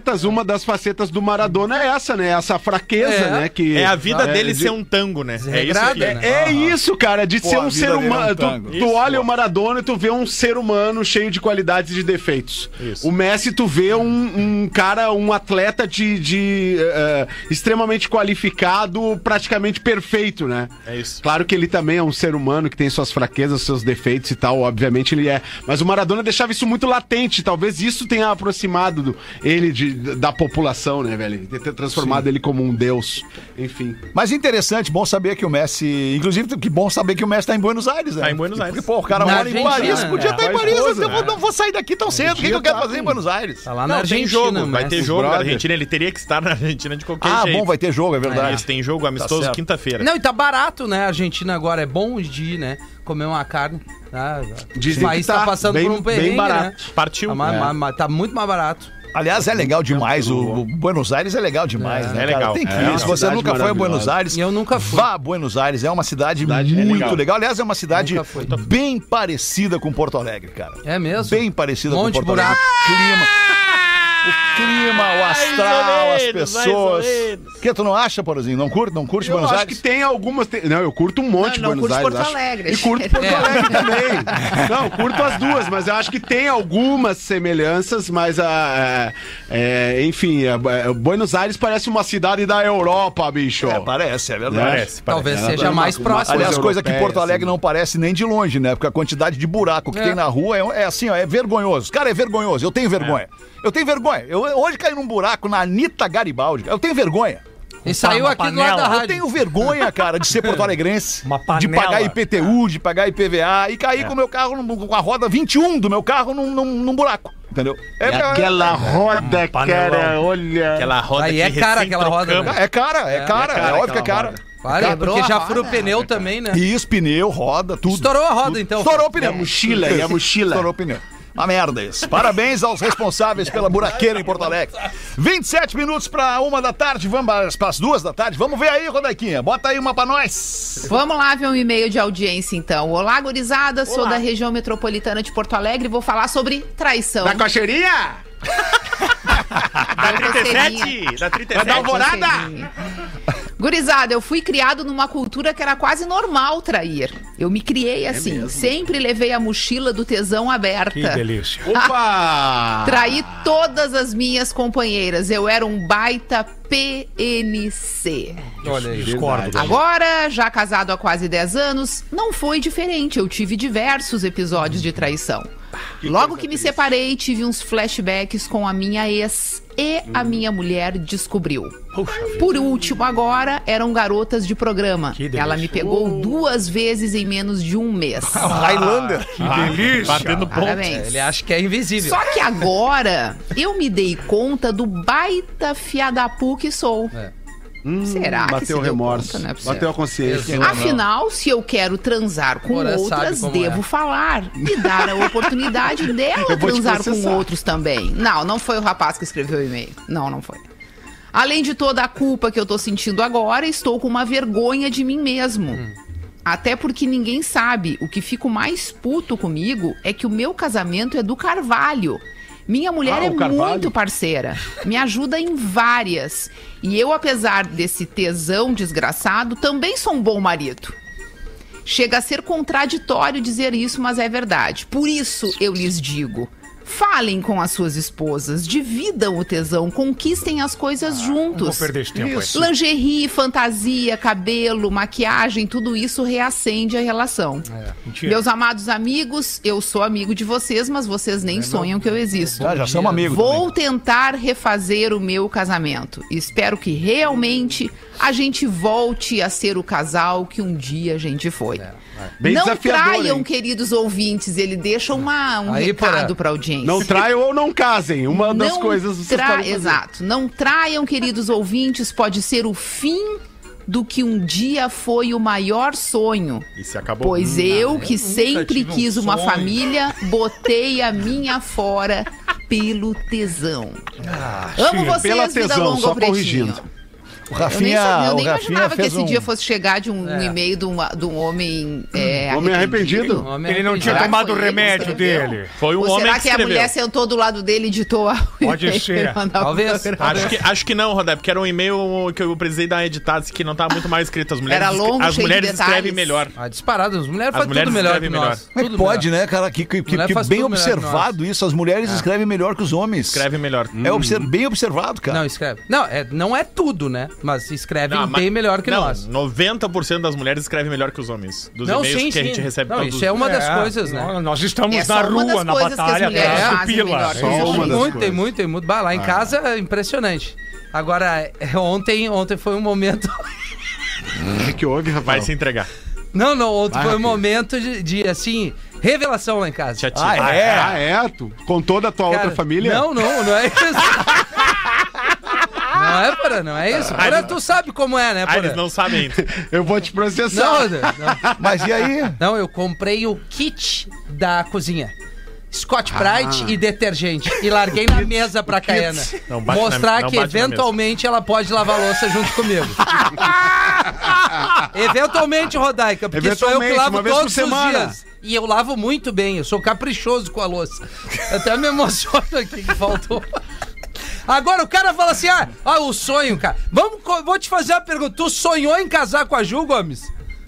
facetas do Maradona é essa, né? Essa fraqueza, É. né? Que É a vida dele de- ser um tango, né? É isso Desregrada, que né? É isso, cara, de ser a um vida ser dele é um humano. tango. Tu Isso, olha pô. o Maradona e tu vê um ser humano cheio de qualidades e de defeitos. Isso. O Messi, tu vê um cara, um atleta extremamente qualificado, praticamente perfeito, né? É isso. Claro que ele também é um ser humano que tem suas fraquezas, seus defeitos e tal, obviamente ele é. Mas o Maradona deixava isso muito latente, talvez isso tenha aproximado ele da população, né, velho? Ter transformado ele como um deus. Enfim. Mas interessante, bom saber que o Messi... Inclusive, que bom saber que o Messi tá em Buenos Aires, né? Tá em Buenos Aires. Porque, pô, o cara Na mora em Argentina, Paris, podia né? estar em Com a Paris, esposa, eu não vou sair daqui tão cedo. O que eu quero fazer em Buenos Aires? Tá lá na Não, Argentina, tem jogo, vai mas- ter jogo da brother. Argentina. Ele teria que estar na Argentina de qualquer jeito. Bom, vai ter jogo, é verdade. Isso, tem jogo amistoso certo. quinta-feira. Não, e tá barato, né? A Argentina agora é bom de ir, né? Comer uma carne. Dizem O país que tá passando bem- por um perrengue, bem barato. né? Partiu. Tá muito mais barato. Aliás, é legal demais. O Buenos Aires é legal demais, né? É cara? legal. Tem que É ir. uma Se você cidade nunca foi a maravilhosa. Buenos Aires, E eu nunca fui. vá a Buenos Aires. É uma cidade muito legal. Aliás, é uma cidade Nunca fui. bem parecida com Porto Alegre, cara. É mesmo? Bem parecida Monte com de Porto Alegre. O clima, o astral, as pessoas. Que tu não acha, Porozinho? Não curte Eu Buenos acho Aires? que tem algumas. Não, eu curto um monte de Não Buenos curte Aires. Porto acho. Alegre. E curto Porto Alegre também. Não, curto as duas, mas eu acho que tem algumas semelhanças, mas enfim, Buenos Aires parece uma cidade da Europa, bicho. Parece, é verdade. Parece. Talvez É, seja mais próximo. Aliás, coisa coisa que europeia, Porto Alegre assim. não parece nem de longe, né? Porque a quantidade de buraco que tem na rua é assim, ó, é vergonhoso. Cara, é vergonhoso. Eu tenho vergonha. Eu tenho vergonha. Eu hoje caí num buraco na Anitta Garibaldi. Eu tenho vergonha. E saiu uma aqui do lado da panela. rádio. Eu tenho vergonha, cara, de ser porto-alegrense. Uma De panela. pagar IPTU, de pagar IPVA e cair com o meu carro, com a roda 21 do meu carro num buraco. Entendeu? E aquela roda, cara, olha. Aquela roda Aí é que cara recém aquela roda, trocamos. né? É cara, é óbvio que é cara. Vale, Quebrou porque a já roda. furou o pneu também, né? Isso, pneu, roda, tudo. Estourou a roda, então. Estourou o pneu. E a mochila. Estourou o pneu. Uma merda isso. Parabéns aos responsáveis pela buraqueira em Porto Alegre. 27 minutos para 1h, vamos para as 2h. Vamos ver aí, Rodaquinha. Bota aí uma pra nós. Vamos lá ver um e-mail de audiência, então. Olá, gurizada. Sou da região metropolitana de Porto Alegre e vou falar sobre traição. Da cocheirinha? Da 37? Da 37? Da Alvorada? Gurizada, eu fui criado numa cultura que era quase normal trair. Eu me criei assim, sempre levei a mochila do tesão aberta. Que delícia. Opa! Traí todas as minhas companheiras. Eu era um baita PNC. Olha aí. Discordo. Agora, já casado há quase 10 anos, não foi diferente. Eu tive diversos episódios de traição. Logo que me separei, tive uns flashbacks com a minha ex e a minha mulher descobriu. Por último, agora, eram garotas de programa. Que delícia. Ela me pegou 2 vezes em menos de um mês. Highlander. Que delícia. Batendo ponto. Parabéns. Ele acha que é invisível. Só que agora, eu me dei conta do baita fiadapu que sou. Será que se Bateu o deu remorso. conta? Não é possível. Bateu a consciência. Afinal, se eu quero transar com Agora sabe outras, como devo é. falar e dar a oportunidade dela Eu vou te transar com processar. outros também. Não foi o rapaz que escreveu o e-mail. Não foi. Além de toda a culpa que eu tô sentindo agora, estou com uma vergonha de mim mesmo. Até porque ninguém sabe. O que fico mais puto comigo é que o meu casamento é do Carvalho. Minha mulher Ah, é o Carvalho? muito parceira, me ajuda em várias. E eu, apesar desse tesão desgraçado, também sou um bom marido. Chega a ser contraditório dizer isso, mas é verdade. Por isso eu lhes digo: falem com as suas esposas, dividam o tesão, conquistem as coisas Não juntos. vou perder esse tempo aí. Lingerie, fantasia, cabelo, maquiagem, tudo isso reacende a relação. Mentira. Meus amados amigos, eu sou amigo de vocês, mas vocês nem sonham que eu existo. Já somos amigos. Vou tentar refazer o meu casamento. Espero que realmente a gente volte a ser o casal que um dia a gente foi. Bem Não desafiador, traiam, hein? queridos ouvintes. Ele deixa um Aí, recado Porã. pra audiência. Não traiam ou não casem. Uma das coisas vocês podem fazer. Exato. Não traiam, queridos ouvintes. Pode ser o fim do que um dia foi o maior sonho. E se acabou. Pois eu, que sempre tive um quis uma sonho. família, botei a minha fora pelo tesão. Amo sim, vocês, pela vida tesão, longa, só ao Pretinho. corrigindo. O Eu nem, Rafinha, sabia, eu o nem Rafinha imaginava que fez esse um... dia fosse chegar de um e-mail de um homem Homem arrependido. Ele não tinha Será que tomado o foi ele que remédio escreveu? dele. Foi um Ou homem será que que a escreveu. mulher sentou do lado dele e editou a Pode e-mail ser. pra mandar pro Talvez. programa? Acho que não, Rodé, porque era um e-mail que eu precisei dar uma editada, que não tava muito mal escrito. As mulheres, Era longo, as cheio de mulheres escrevem detalhes. melhor. Ah, disparado. As mulheres As fazem mulheres tudo melhor que escrevem melhor. nós. Como é que Tudo pode, melhor. né, cara? Que Mulher faz bem tudo melhor que observado isso. As mulheres escrevem melhor que os homens. Escreve melhor. Bem observado, cara. Não, escreve. Não é tudo, né? Mas escrevem Não, bem melhor que não, nós. 90% das mulheres escrevem melhor que os homens. Dos Não, e-mails sim, que a gente sim. recebe Não, todos isso é uma das É, coisas, né? Nós estamos É só na uma das rua, na coisas que as batalha, mulheres atrás do fazem pila. melhor. É Só isso. uma das Muito, coisas. tem muito. Bah, lá em casa é impressionante. Agora, ontem foi um momento. O que houve, Vai Rafael? se entregar. Não, ontem foi um Rafinha. momento de, assim, revelação lá em casa. Chatinho. Ah, é? Tu contou da tua outra Cara, família? Não é isso. Não é, Porã, não é isso. Porã, tu sabe como é, né, Ah, eles Porã? não sabem ainda. Eu vou te processar. Mas e aí? Não, eu comprei o kit da cozinha. Scotch Brite e detergente. E larguei na mesa pra Caiana. Não bate na- Mostrar não que bate na eventualmente ela pode lavar a louça junto comigo. Eventualmente, Rodaica, porque sou eu que Eventualmente, lavo uma vez por todos os semana. dias. E eu lavo muito bem, eu sou caprichoso com a louça. Eu até me emociono aqui que faltou. Agora o cara fala assim: o sonho, cara. Vou te fazer uma pergunta. Tu sonhou em casar com a Ju, Gomes?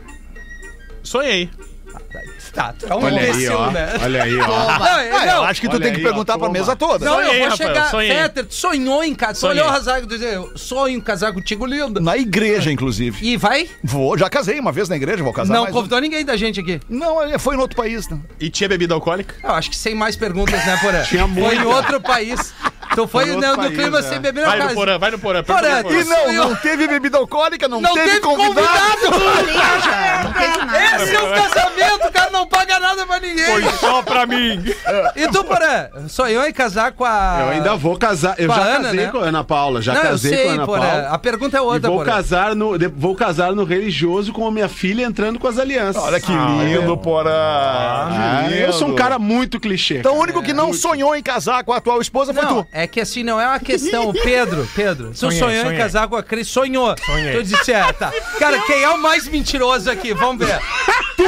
Sonhei. Tá, tu é um Olha aí, imbecil, ó. né? Olha aí, ó. Eu acho que tu Olha tem que aí, perguntar ó, pra toma. mesa toda. Não, Sonhei, eu vou Rafael, chegar. sonhei. Fetter, tu sonhou em casa. Tu Sonhei. olhou o Razago e dizer: sonho em casar contigo, linda. Na igreja, inclusive. E vai? Vou, já casei uma vez na igreja, vou casar Não mais. convidou ninguém da gente aqui. Não, foi em outro país. Né? E tinha bebida alcoólica? Eu acho que sem mais perguntas, né, Porã? Tinha Foi em muita. outro país. Tu foi Foi em no outro país, clima é. sem beber na Vai no casa. Porã, vai no Porã. Porã, pergunta pro E não teve bebida alcoólica, não teve convidado. Igreja, não teve nada. Esse é o casamento, o cara não paga nada pra ninguém. Foi só pra mim. E tu, Porã, sonhou em casar com a... Eu ainda vou casar. Eu Com a já Ana, casei né? com a Ana Paula. Já Não, eu casei sei, com a Ana Porã. Paula. A pergunta é outra, E vou Porã. casar no religioso com a minha filha entrando com as alianças. Olha que lindo, Porã. Eu sou um cara muito clichê. Então o único que não sonhou em casar com a atual esposa foi Não, tu. é que assim, não é uma questão. Pedro, tu sonhou em sonhei. casar com a Cris? Sonhou. Sonhei. Tu disse, tá. Cara, quem é o mais mentiroso aqui? Vamos ver. Tu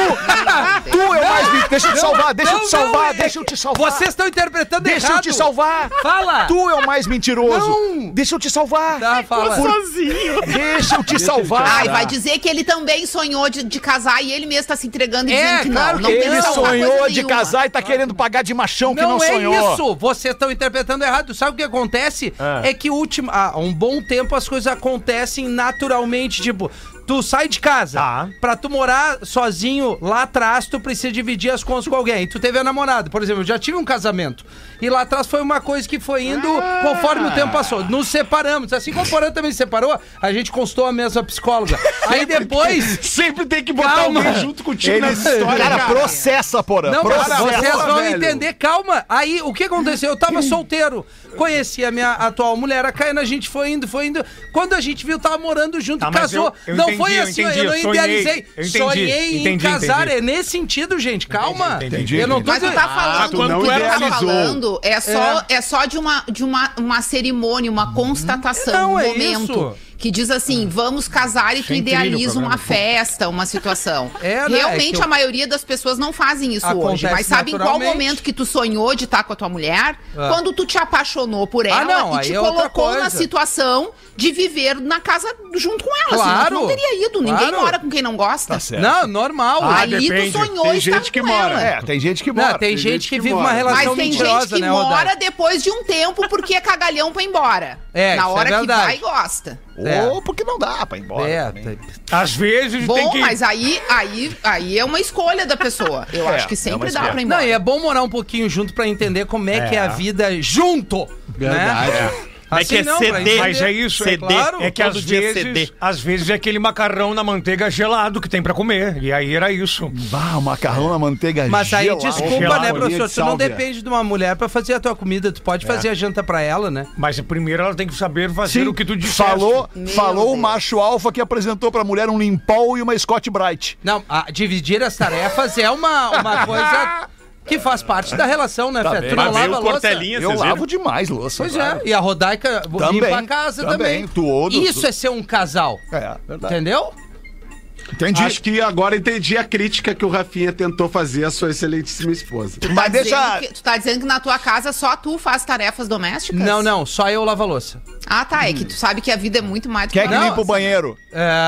é o mais vivo. Deixa eu te salvar, deixa eu te salvar, deixa eu te salvar. Vocês estão interpretando Deixa errado. eu te salvar. Fala. Tu é o mais mentiroso. Não. Deixa eu te salvar. Tá, fala. Deixa eu te salvar. Ai, vai dizer que ele também sonhou de casar e ele mesmo tá se entregando e dizendo que claro não. Não que tem Ele salvar sonhou coisa de nenhuma. casar e tá querendo pagar de machão que não Não é sonhou. isso! Vocês estão interpretando errado. Sabe o que acontece? É que há um bom tempo as coisas acontecem naturalmente. Tipo, tu sai de casa. Tá. Pra tu morar sozinho lá atrás, tu precisa dividir as contas com alguém. E tu teve a namorada. Por exemplo, eu já tive um casamento. E lá atrás foi uma coisa que foi indo conforme o tempo passou. Nos separamos. Assim como o Porã também se separou, a gente consultou a mesma psicóloga. Aí depois... Sempre tem que botar Calma. alguém junto contigo Ele, nessa história, cara, processa, Porã. Não, mas Processa. vocês vão velho. entender, calma. Aí, o que aconteceu? Eu tava solteiro, conheci a minha atual mulher, a Caena, a gente foi indo. Quando a gente viu, tava morando junto, Tá, mas casou. eu Não entendi, foi eu assim, entendi, eu não eu sonhei, idealizei. eu entendi, Sonhei em entendi, casar, entendi. é nesse sentido, gente, calma. Entendi. Eu não tô Mas tu tá falando, quando o tu que tu tá idealizou. falando é só de uma cerimônia, uma constatação, Não, um é momento. isso. Que diz assim, vamos casar e tu Sem trilho o idealiza programa. uma festa, uma situação. É, né? Realmente, É que eu- a maioria das pessoas não fazem isso Acontece hoje. Mas sabe em qual naturalmente. momento que tu sonhou de estar com a tua mulher? Ah. Quando tu te apaixonou por ela não, e aí te é outra colocou na coisa. situação de viver na casa junto com ela. Claro, Senão tu não teria ido. Ninguém claro. mora com quem não gosta. Tá certo. Não, normal. Ali depende. tu sonhou Tem estar gente que com mora. ela. É, tem gente que mora. Não, tem gente que vive mora. uma relação Mas tem gente mentirosa, que né, mora Rodaica? depois de um tempo porque é cagalhão pra ir embora. É, Na isso é hora que verdade. vai, gosta. Ou porque não dá pra ir embora. É, também. Às vezes tem Bom, que... mas aí é uma escolha da pessoa. Eu acho que sempre dá pra ir embora. Não, e é bom morar um pouquinho junto pra entender como é que é a vida junto. Verdade. Né? Como é que é pra CD? entender. Mas é isso, CD. Claro. É que Todo dia CD. às vezes é aquele macarrão na manteiga gelado que tem pra comer. E aí era isso. Ah, o macarrão na manteiga Mas aí, gelada. desculpa, gelado. né, professor? de Tu não sálvia. depende de uma mulher pra fazer a tua comida. Tu pode fazer a janta pra ela, né? Mas primeiro ela tem que saber fazer Sim, o que tu disseste. falou o Deus. macho alfa que apresentou pra mulher um Limpol e uma Scott Bright. Não, dividir as tarefas é uma coisa que faz parte da relação, né, Fé? bem. Tu não Mas veio lava a o louça. Cortelinha, Eu vocês lavo viram? demais louça. Pois claro. é, e a Rodaica limpa a casa também. Todo. Isso é ser um casal, É, verdade. entendeu? Entendi. Acho que agora entendi a crítica que o Rafinha tentou fazer à sua excelentíssima esposa. Mas deixa... Tu tá dizendo que na tua casa só tu faz tarefas domésticas? Não, só eu lavo a louça. Ah, tá. É que tu sabe que a vida é muito mais do Quem é que uma limpa o coisa. banheiro?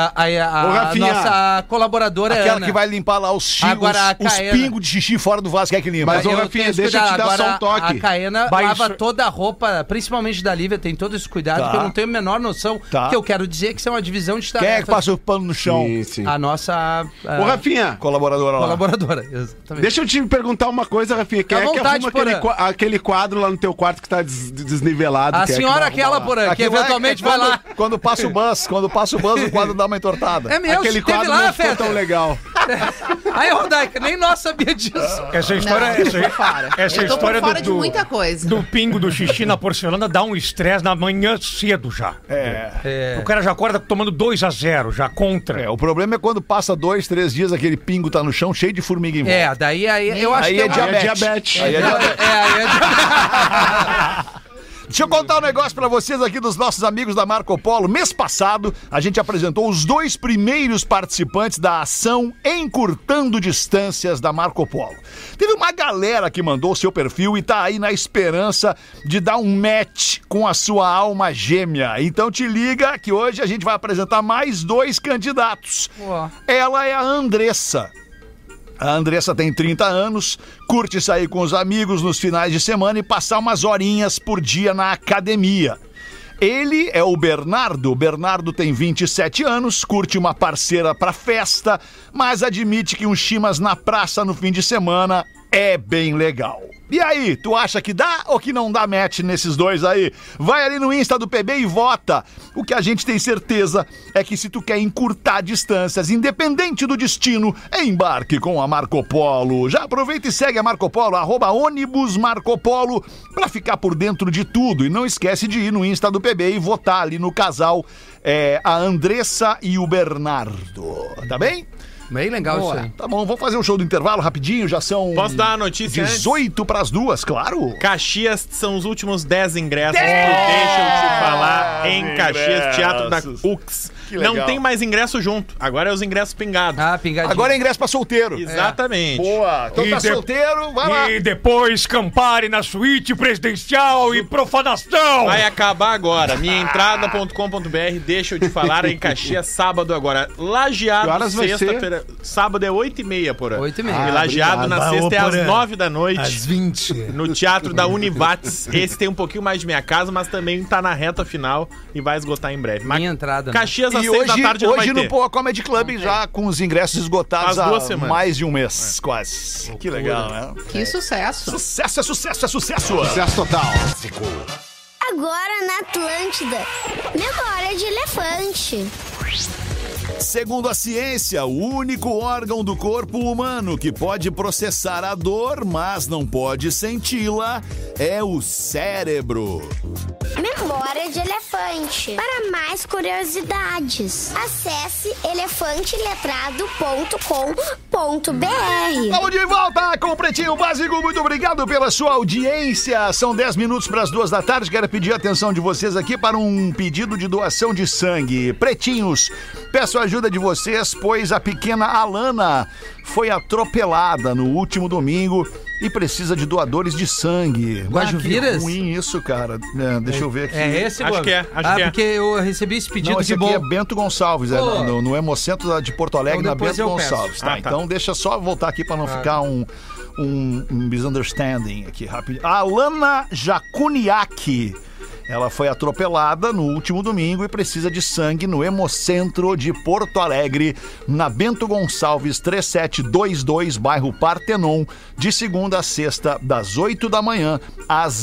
Ô, A Rafinha, nossa colaboradora é Aquela Ana. que vai limpar lá os Agora, a os Caena. pingos de xixi fora do vaso. Quem é que limpa? Mas, ô, Eu Rafinha, tenho esse deixa eu te cuidado. dar só Agora, um toque. A Caena Vai, lava isso- toda a roupa, principalmente da Lívia, tem todo esse cuidado, Tá. que eu não tenho a menor noção. Tá. Que eu quero dizer que isso é uma divisão de Quem tarefas. é que passa o pano no chão? Sim, sim. A nossa Ô, Rafinha, Colaboradora lá. colaboradora, exatamente. deixa eu te perguntar uma coisa, Rafinha. Quem Fica à é que vontade, arruma aquele, Porã. aquele quadro lá no teu quarto que tá desnivelado? A Quem é que senhora vai aquela, arrumar lá? Porã, que Aquilo lá é eventualmente vai lá. Quando passa o bus, o quadro dá uma entortada. É mesmo, Aquele teve quadro lá, não ficou Feta. tão legal. Aí, Rodaica, nem nós sabia disso. Essa Não, história, eu tô por fora. essa Eu tô por história fora de muita coisa. do pingo do xixi na porcelana dá um estresse na manhã cedo já. O cara já acorda tomando 2-0, já contra. O problema é quando passa 2, 3 dias, aquele pingo tá no chão cheio de formiga em volta. Daí eu acho Aí que é uma- diabetes. Aí é É, diabetes. aí é diabetes. Deixa eu contar um negócio pra vocês aqui dos nossos amigos da Marco Polo. Mês passado, a gente apresentou os 2 primeiros participantes da ação Encurtando Distâncias da Marco Polo. Teve uma galera que mandou o seu perfil e tá aí na esperança de dar um match com a sua alma gêmea. Então te liga que hoje a gente vai apresentar mais 2 candidatos. Uó. Ela é a Andressa. A Andressa tem 30 anos, curte sair com os amigos nos finais de semana e passar umas horinhas por dia na academia. Ele é o Bernardo. O Bernardo tem 27 anos, curte uma parceira pra festa, mas admite que um chimas na praça no fim de semana é bem legal. E aí, tu acha que dá ou que não dá match nesses dois aí? Vai ali no Insta do PB e vota. O que a gente tem certeza é que se tu quer encurtar distâncias, independente do destino, embarque com a Marco Polo. Já aproveita e segue a Marco Polo, @ônibus Marco Polo, pra ficar por dentro de tudo. E não esquece de ir no Insta do PB e votar ali no casal, a Andressa e o Bernardo. Tá bem? Bem legal isso aí. Tá bom, vamos fazer um show do intervalo rapidinho, já são... Posso dar a notícia 18 pras 2, claro. Caxias são os últimos 10 ingressos. Deixa eu te falar, em Caxias, Teatro da UX. Não tem mais ingresso junto. Agora é os ingressos pingados. Ah, pingadinho. Agora é ingresso pra solteiro. Exatamente. Boa. Então tá solteiro, vai lá. E depois Campari na suíte presidencial e profanação. Vai acabar agora. Minhaentrada.com.br. Deixa eu te falar, em Caxias, sábado agora. Lajeado, sexta-feira. Sábado é 8h30, porra. 8h30. E Lajeado na sexta é às 9 da noite. Às 20. No Teatro da Univates. Esse tem um pouquinho mais de minha casa, mas também tá na reta final e vai esgotar em breve. Minha entrada. Caxias às E 6 da tarde não vai hoje ter. no Poa Comedy Club já com os ingressos esgotados Há há 2 semanas. mais de um mês, quase. Que legal, né? Que sucesso. Sucesso é sucesso, é sucesso. Sucesso total. Agora na Atlântida. Memória de elefante. Segundo a ciência, o único órgão do corpo humano que pode processar a dor, mas não pode senti-la, é o cérebro. Memória de elefante. Para mais curiosidades, acesse elefanteletrado.com.br. Vamos de volta com o Pretinho Básico. Muito obrigado pela sua audiência. São 10 minutos para as 2 da tarde. Quero pedir a atenção de vocês aqui para um pedido de doação de sangue. Pretinhos, peço a ajuda de vocês, pois a pequena Alana foi atropelada no último domingo e precisa de doadores de sangue. Guajuviras? Que ruim isso, cara. Deixa eu ver aqui. É esse, Acho Gomes? que é, acho que é. Porque eu recebi esse pedido, Não, esse que aqui bom. é Bento Gonçalves, Pô. no Hemocentro de Porto Alegre, Então na depois Bento eu peço. Gonçalves. Tá, Ah, tá. então deixa só voltar aqui para não ficar um misunderstanding aqui, rapidinho. A Alana Jacuniak. Ela foi atropelada no último domingo e precisa de sangue no Hemocentro de Porto Alegre, na Bento Gonçalves 3722, bairro Partenon, de segunda a sexta, das 8 da manhã às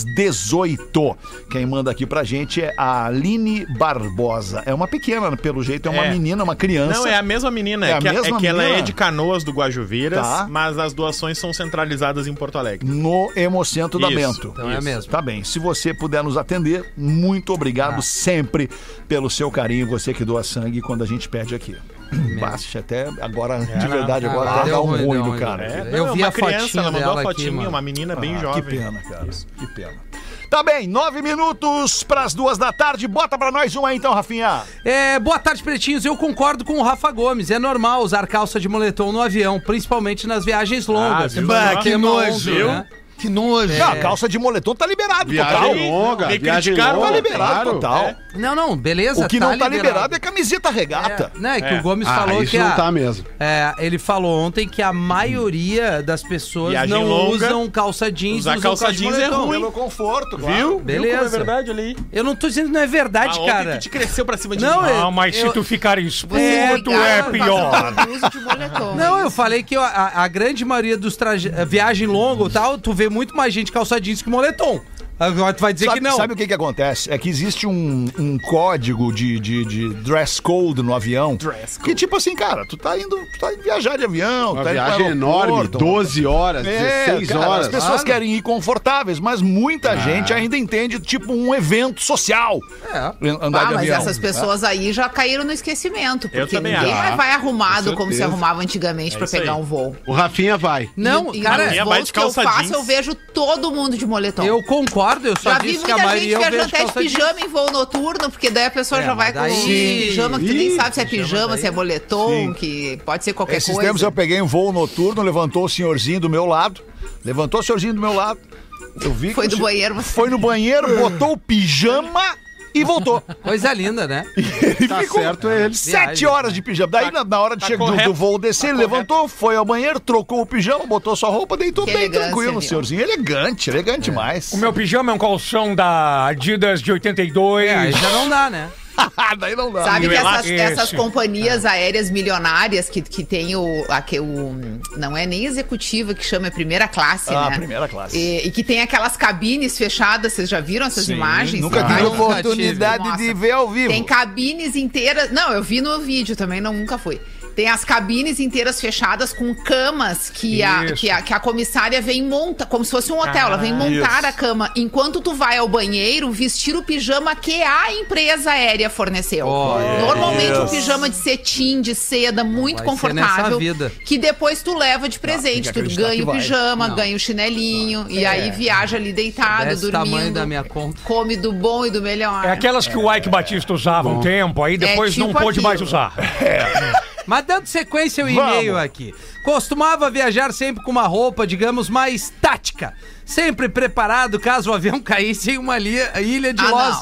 18. Quem manda aqui pra gente é a Aline Barbosa. É uma pequena, pelo jeito, é uma menina, uma criança. Não, é a mesma menina. É a mesma ela menina? é de Canoas do Guajuviras, Tá. mas as doações são centralizadas em Porto Alegre. No Hemocentro da Isso, Bento. Então é mesmo. Tá bem. Se você puder nos atender, muito obrigado sempre pelo seu carinho, você que doa sangue quando a gente pede aqui. Basta até agora, de verdade, agora Ah, até deu dá um ruim, ruim deu no ruim, cara. deu ruim. aqui. Eu vi uma a criança, fotinha ela mandou dela a fotinha, aqui, mano. uma menina bem Que jovem. pena, cara. Que pena. Tá bem, 9 minutos pras 2 da tarde. Bota pra nós um aí então, Rafinha. Boa tarde, pretinhos. Eu concordo com o Rafa Gomes. É normal usar calça de moletom no avião, principalmente nas viagens longas. viu? Bah, que Tema nojo. 11, né? Que nojo. Não, a calça de moletom tá liberado, total. Viagem longa, Me viagem criticaram, longa, Tá liberado, claro. total. Não, beleza. O que não tá liberado é camiseta regata. É que o Gomes falou isso que não tá mesmo. ele falou ontem que a maioria das pessoas Viagem não longa, usam calça jeans. usar usam calça de jeans é moletom. ruim. Pelo conforto, claro. Viu? Beleza. Viu como é verdade ali? Eu não tô dizendo que não é verdade, Ontem cara. que te cresceu pra cima de Não, mim. Não, mas se tu ficar exposto, é Obrigada, pior. fazendo uso de moletom. Não, eu falei que a grande maioria dos viagem longa e tal, tu vê muito mais gente calça jeans que moletom. Agora tu vai dizer que não. Sabe o que acontece? É que existe um código de dress code no avião. Que tipo assim, cara, tu tá indo viajar de avião. Uma tá indo pro viagem enorme, aeroporto. 12 horas, 16 cara, horas. As pessoas Claro. querem ir confortáveis, mas muita gente ainda entende tipo um evento social. Andar de Mas avião. essas pessoas aí já caíram no esquecimento. Eu Porque também ninguém acho. vai arrumado Com como se certeza. arrumava antigamente pra isso aí. pegar um voo. O Rafinha vai. Não, E cara, nos Rafinha vai voos de que eu calça faço, jeans. eu vejo todo mundo de moletom. eu concordo, eu só já vi disse que a muita maioria gente eu viajando vejo até de calça jeans. pijama em voo noturno, porque daí a pessoa já vai mas com daí- pijama que tu nem sabe se é pijama pijama, daí- se é moletom, que pode ser qualquer Esses coisa. tempos eu peguei um voo noturno, levantou o senhorzinho do meu lado. Levantou o senhorzinho do meu lado. Eu vi Foi que do banheiro, você- Foi no banheiro, botou o pijama e voltou. Coisa linda, né? Ele Tá ficou certo ele. 7 horas de pijama. Daí, na hora de tá chegar correto. do voo descer, ele levantou, foi ao banheiro, trocou o pijama, botou sua roupa, deitou Que bem elegância, tranquilo, viu? senhorzinho. Elegante demais. O meu pijama é um calção da Adidas de 82. Aí já não dá, né? Daí não dá. Sabe E o que elástico essas esse. companhias aéreas milionárias que tem não é nem executiva que chama, é primeira classe, Ah, né? primeira classe. E que tem aquelas cabines fechadas, vocês já viram essas imagens? Nunca Tem tive várias- oportunidade Nossa. de ver ao vivo. Tem cabines inteiras. Não, eu vi no vídeo também, nunca fui. Tem as cabines inteiras fechadas com camas que a comissária vem monta, como se fosse um hotel. Ela vem montar a cama enquanto tu vai ao banheiro vestir o pijama que a empresa aérea forneceu. Normalmente um pijama de cetim, de seda, muito Vai ser nessa confortável. vida. Que depois tu leva de presente. Tu acreditar ganha que o vai. pijama, ganha o chinelinho. E aí viaja ali deitado, Desse dormindo. tamanho da minha conta. Come do bom e do melhor. É aquelas que o Ike Batista usava um tempo, aí depois tipo não pôde aquilo. mais usar. Mas dando sequência ao e-mail aqui. Costumava viajar sempre com uma roupa, digamos, mais tática. Sempre preparado caso o avião caísse em uma ilha de Lost.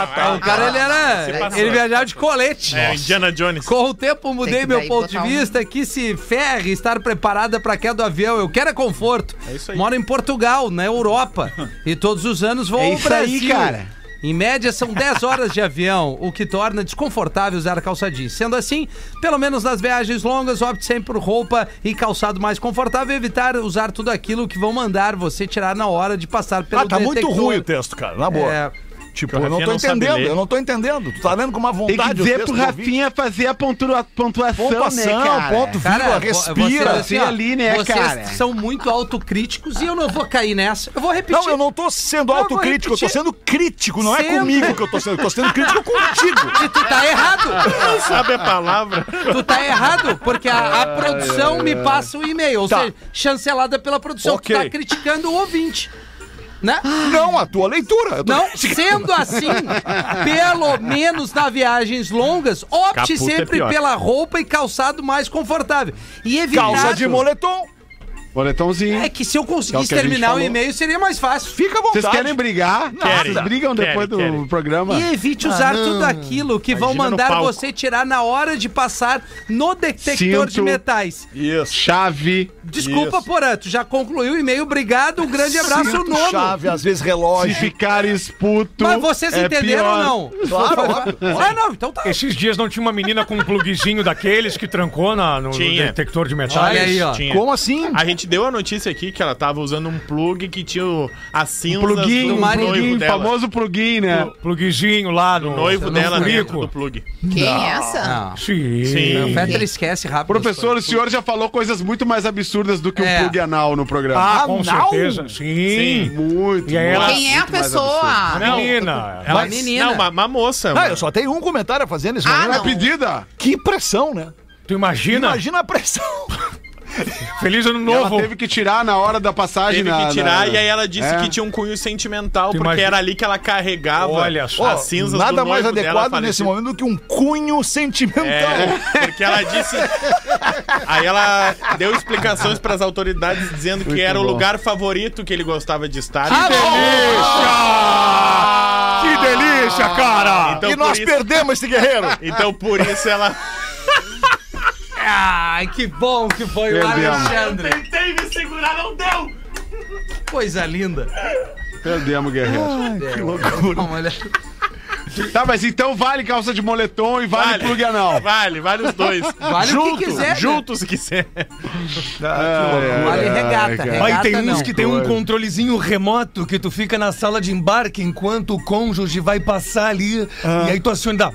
O cara, ele viajava de colete. É, Indiana Jones. Com o tempo mudei Tem que meu daí ponto de botar vista, que se ferre estar preparada para a queda do avião. Eu quero é conforto. É isso aí. Moro em Portugal, na Europa. E todos os anos vou É ao isso aí, Brasil. cara. Em média, são 10 horas de avião, o que torna desconfortável usar calça jeans. Sendo assim, pelo menos nas viagens longas, opte sempre por roupa e calçado mais confortável e evitar usar tudo aquilo que vão mandar você tirar na hora de passar pelo Tá detector. muito ruim o texto, cara, na boa. É, Tipo, o eu não Rafinha tô não sabe entendendo, ler. eu não tô entendendo. Tu tá lendo com uma Tem vontade. que dizer o texto pro do ouvinte. Rafinha fazer a pontuação, né, cara? ponto, vírgula, respira. vocês, assim, ó, ali, né, vocês cara? são muito autocríticos e eu não vou cair nessa. Eu vou repetir. Não, eu não tô sendo vou autocrítico, eu tô repetir. sendo crítico, não é Sempre. comigo que eu tô sendo crítico contigo. E tu tá errado. Não sabe a palavra. Tu tá errado, porque a produção me passa o e-mail, ou Tá. seja, chancelada pela produção. Ok. Tu tá criticando o ouvinte. Né? Não, a tua leitura. Eu tô- Não, sendo assim, pelo menos nas viagens longas, opte Caputa é sempre pior. pela roupa e calçado mais confortável. E evitar... Calça de moletom. Boletãozinho. É que se eu Que é conseguisse o que a gente terminar o falou. e-mail, seria mais fácil. Fica à vontade. Vocês querem brigar? Querem. Vocês brigam depois Querem. do programa? E evite usar tudo aquilo que vão Imagina no mandar palco. você tirar na hora de passar no detector de Cinto. metais. Isso. Chave. Desculpa, Isso. Porã, tu já concluiu o e-mail. Obrigado, um grande abraço, Cinto, nono. chave, às vezes Se relógio. ficares puto. Mas vocês é entenderam pior. ou não? Claro, óbvio. Ah, não, então tá. Esses dias não tinha uma menina com um plugzinho daqueles que trancou no Tinha. detector de metais? Olha aí, ó. Tinha. Como assim? A gente deu a notícia aqui que ela tava usando um plug que tinha as cinzas Plugin, do noivo plugin, dela. famoso plugin, né? Plugzinho lá no O noivo no dela dentro furico. do plug. Quem é essa? Não. Sim. Sim. O Fetter esquece rápido. Professor, o senhor já falou coisas muito mais absurdas do que É. um plug anal no programa. Ah, com Anal? certeza. Sim. Muito. E aí ela- Quem é a muito mais pessoa? A menina. Ela, menina. Não, uma moça. Ah, eu só tenho um comentário a fazer nesse Ah, momento. não. Pedida? Que pressão, né? tu imagina? Imagina a pressão. Feliz ano Ela novo. teve que tirar na hora da passagem. Teve que tirar e aí ela disse É. que tinha um cunho sentimental, Tu porque imagina- era ali que ela carregava Olha só. as cinzas do Nada noivo mais dela adequado nesse falecido. momento do que um cunho sentimental. É, porque ela disse. Aí ela deu explicações para as autoridades dizendo que era o bom. lugar favorito que ele gostava de estar. Que delícia, cara! Então, e nós por isso- perdemos esse guerreiro. Então por isso ela. Ai, que bom que foi o Perdemos. Alexandre. Tentei me segurar, não deu! Coisa linda. Perdemos, guerreiro. Que loucura. Olha. Tá, mas então vale calça de moletom e vale plug anal. Vale os dois. Vale o que quiser, né? Juntos se quiser. Vale regata. cara. Regata Aí tem uns não. que tem um controlezinho remoto que tu fica na sala de embarque enquanto o cônjuge vai passar ali e aí tu aciona e dá.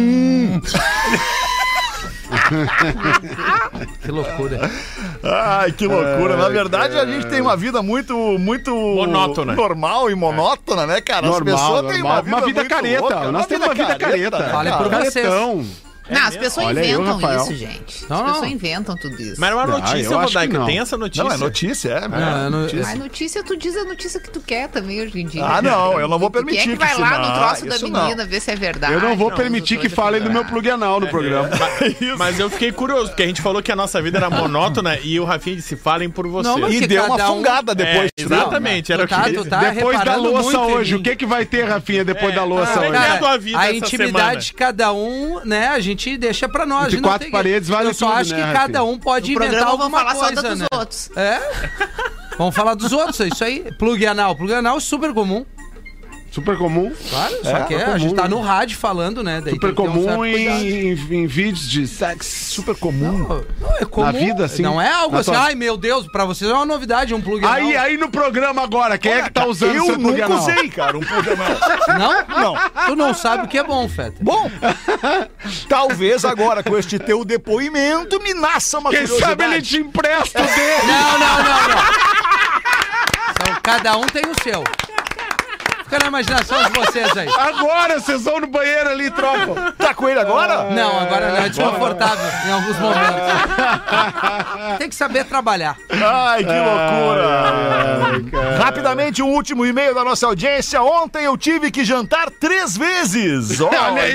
Que loucura. Ai, que loucura. Na verdade, a gente tem uma vida muito Monótona. normal e monótona, né, cara? As Normal, pessoas têm normal. Uma vida muito careta. louca. Nós temos uma vida careta. né, Fale cara? por vocês. Caretão. Não, as pessoas Olha aí, inventam Rafael. isso, gente. Não, As não. pessoas inventam tudo isso. Mas era uma eu notícia, acho que Rodaica. não. Tem essa notícia. Não, é notícia, é. Ah, não- notícia. Mas notícia, tu diz a notícia que tu quer também hoje em dia. Ah, não, eu não vou Quem permitir é que vai que lá isso no não, troço da isso menina ver se é verdade? Eu não vou Não, permitir os que outros falem do meu verdade. plug anal no programa. Mas eu fiquei curioso, porque a gente falou que a nossa vida era monótona e o Rafinha disse: falem por você. Não, mas E que deu uma cada um- fungada depois. Exatamente, era o que Tu tá Depois da reparando louça muito em hoje, mim. o que vai ter, Rafinha, depois da louça Ah, hoje? cara, a vida a essa intimidade de cada um, né, a gente deixa pra nós. Entre A gente não quatro tem que- paredes vale Eu só tudo, acho né, que Rafinha? cada um pode No inventar programa vamos alguma falar só coisa, dos né? outros. É? Vamos falar dos outros, é isso aí. Plug anal. Plug anal é super comum. Super comum. Claro, só que a gente tá no rádio falando, né? Daí Super tem que ter um certo comum cuidado. em vídeos de sexo. Super comum. Não, é comum. Na vida, assim. Não é algo Na assim, tua- ai meu Deus, pra vocês é uma novidade, um plug anal. Aí no programa agora, quem é que tá usando Eu seu plug nunca anal? usei, cara, um plug anal. Não? Não. Tu não sabe o que é bom, Feta. Bom, talvez agora com este teu depoimento me nasça uma Quem curiosidade. sabe ele te empresta o dele. Não. Então, cada um tem o seu. Fica na imaginação de vocês aí. Agora vocês vão no banheiro ali e trocam. Tá com ele agora? Não, agora não, é desconfortável em alguns momentos. Tem que saber trabalhar. Ai, que loucura! Rapidamente, um último e-mail da nossa audiência. Ontem eu tive que jantar 3 vezes. Olha aí,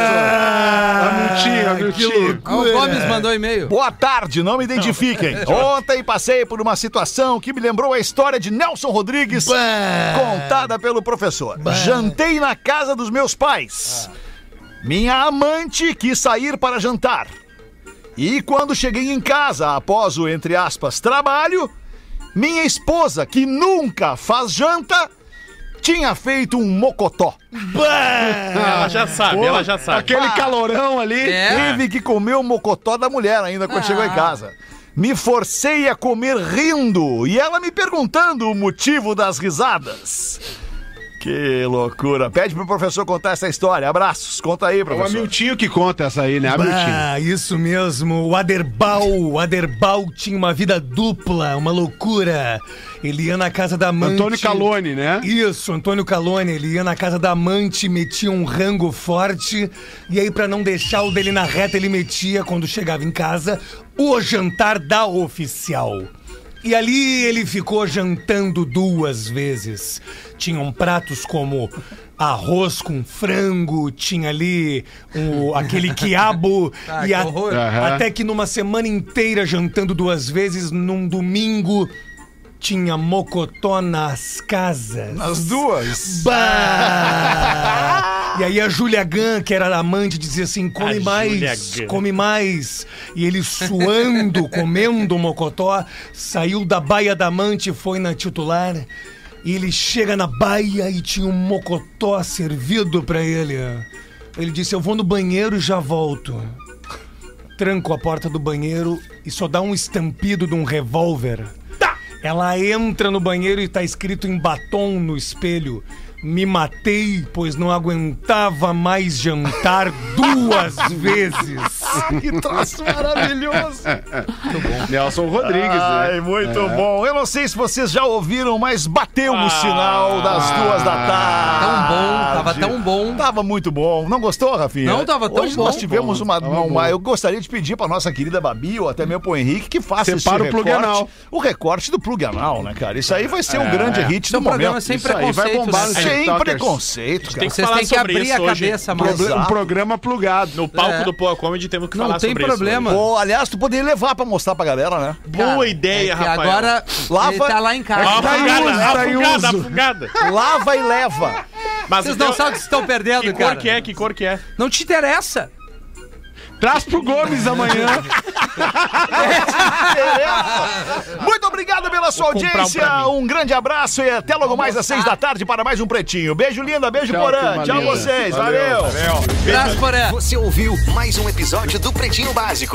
A Miltinho. O Gomes mandou e-mail. Boa tarde, não me identifiquem. Ontem passei por uma situação que me lembrou a história de Nelson Rodrigues, contada pelo professor. Jantei na casa dos meus pais. Minha amante quis sair para jantar. E quando cheguei em casa, após o, entre aspas, trabalho, minha esposa, que nunca faz janta, tinha feito um mocotó. Ela já sabe. Aquele calorão ali. Teve que comer o mocotó da mulher ainda quando chegou em casa. Me forcei a comer rindo e ela me perguntando o motivo das risadas. Que loucura. Pede pro professor contar essa história. Abraços. Conta aí, É o professor. Amiltinho que conta essa aí, né? Amiltinho. Ah, isso mesmo. O Aderbal tinha uma vida dupla, uma loucura. Ele ia na casa da amante. Antônio Calone, né? Isso, Antônio Calone. Ele ia na casa da amante, metia um rango forte. E aí, pra não deixar o dele na reta, ele metia, quando chegava em casa, o jantar da oficial. E ali ele ficou jantando 2 vezes. Tinham pratos como arroz com frango, tinha ali aquele quiabo. Ah, e que horror. até que numa semana inteira jantando 2 vezes, num domingo, tinha mocotó nas casas. As duas. Bah! E aí a Júlia Gann, que era a amante, dizia assim, come A mais, Júlia Gann. come mais. E ele suando, comendo o mocotó, saiu da baia da amante e foi na titular. E ele chega na baia e tinha um mocotó servido pra ele. Ele disse, eu vou no banheiro e já volto. Tranco a porta do banheiro e só dá um estampido de um revólver. Ela entra no banheiro e tá escrito em batom no espelho: me matei, pois não aguentava mais jantar 2 vezes. Que troço maravilhoso. Nelson Rodrigues, Ai, né? muito bom. Eu não sei se vocês já ouviram, mas bateu no sinal das 2 da tarde. Tão bom, tava tão bom. Tava muito bom. Não gostou, Rafinha? Não, tava tão Hoje bom. nós tivemos uma... bom. Eu gostaria de pedir pra nossa querida Babi, ou até mesmo pro Henrique, que faça Separa esse o plug recorte. anal. O recorte do plug anal, né, cara? Isso aí vai ser um grande hit Seu do programa momento. sem Isso aí vai preconceito. bombar né? no Sem TikTokers. preconceito, cara. Tem que Vocês falar têm que sobre abrir isso a hoje. cabeça mais. Um programa plugado. No palco É. do Poa Comedy temos que Não falar tem sobre problema. isso. Pô, aliás, tu poderia levar pra mostrar pra galera, né? Boa ideia, É que Rafael. agora Lava- ele tá lá em casa. Ó, Tá em uso, tá em uso. afogada. Lava e leva. Mas Vocês então, não sabem o que vocês estão perdendo, que cara. cor que é? Que cor que é? Não te interessa. Traz pro Gomes amanhã. Muito obrigado pela sua Vou comprar um audiência. pra mim. Um grande abraço e até logo mais às 6 da tarde para mais um Pretinho. Beijo, linda. Beijo, Tchau, Porã. turma Tchau linda. vocês. Valeu. Valeu. Traz por ela. Você ouviu mais um episódio do Pretinho Básico.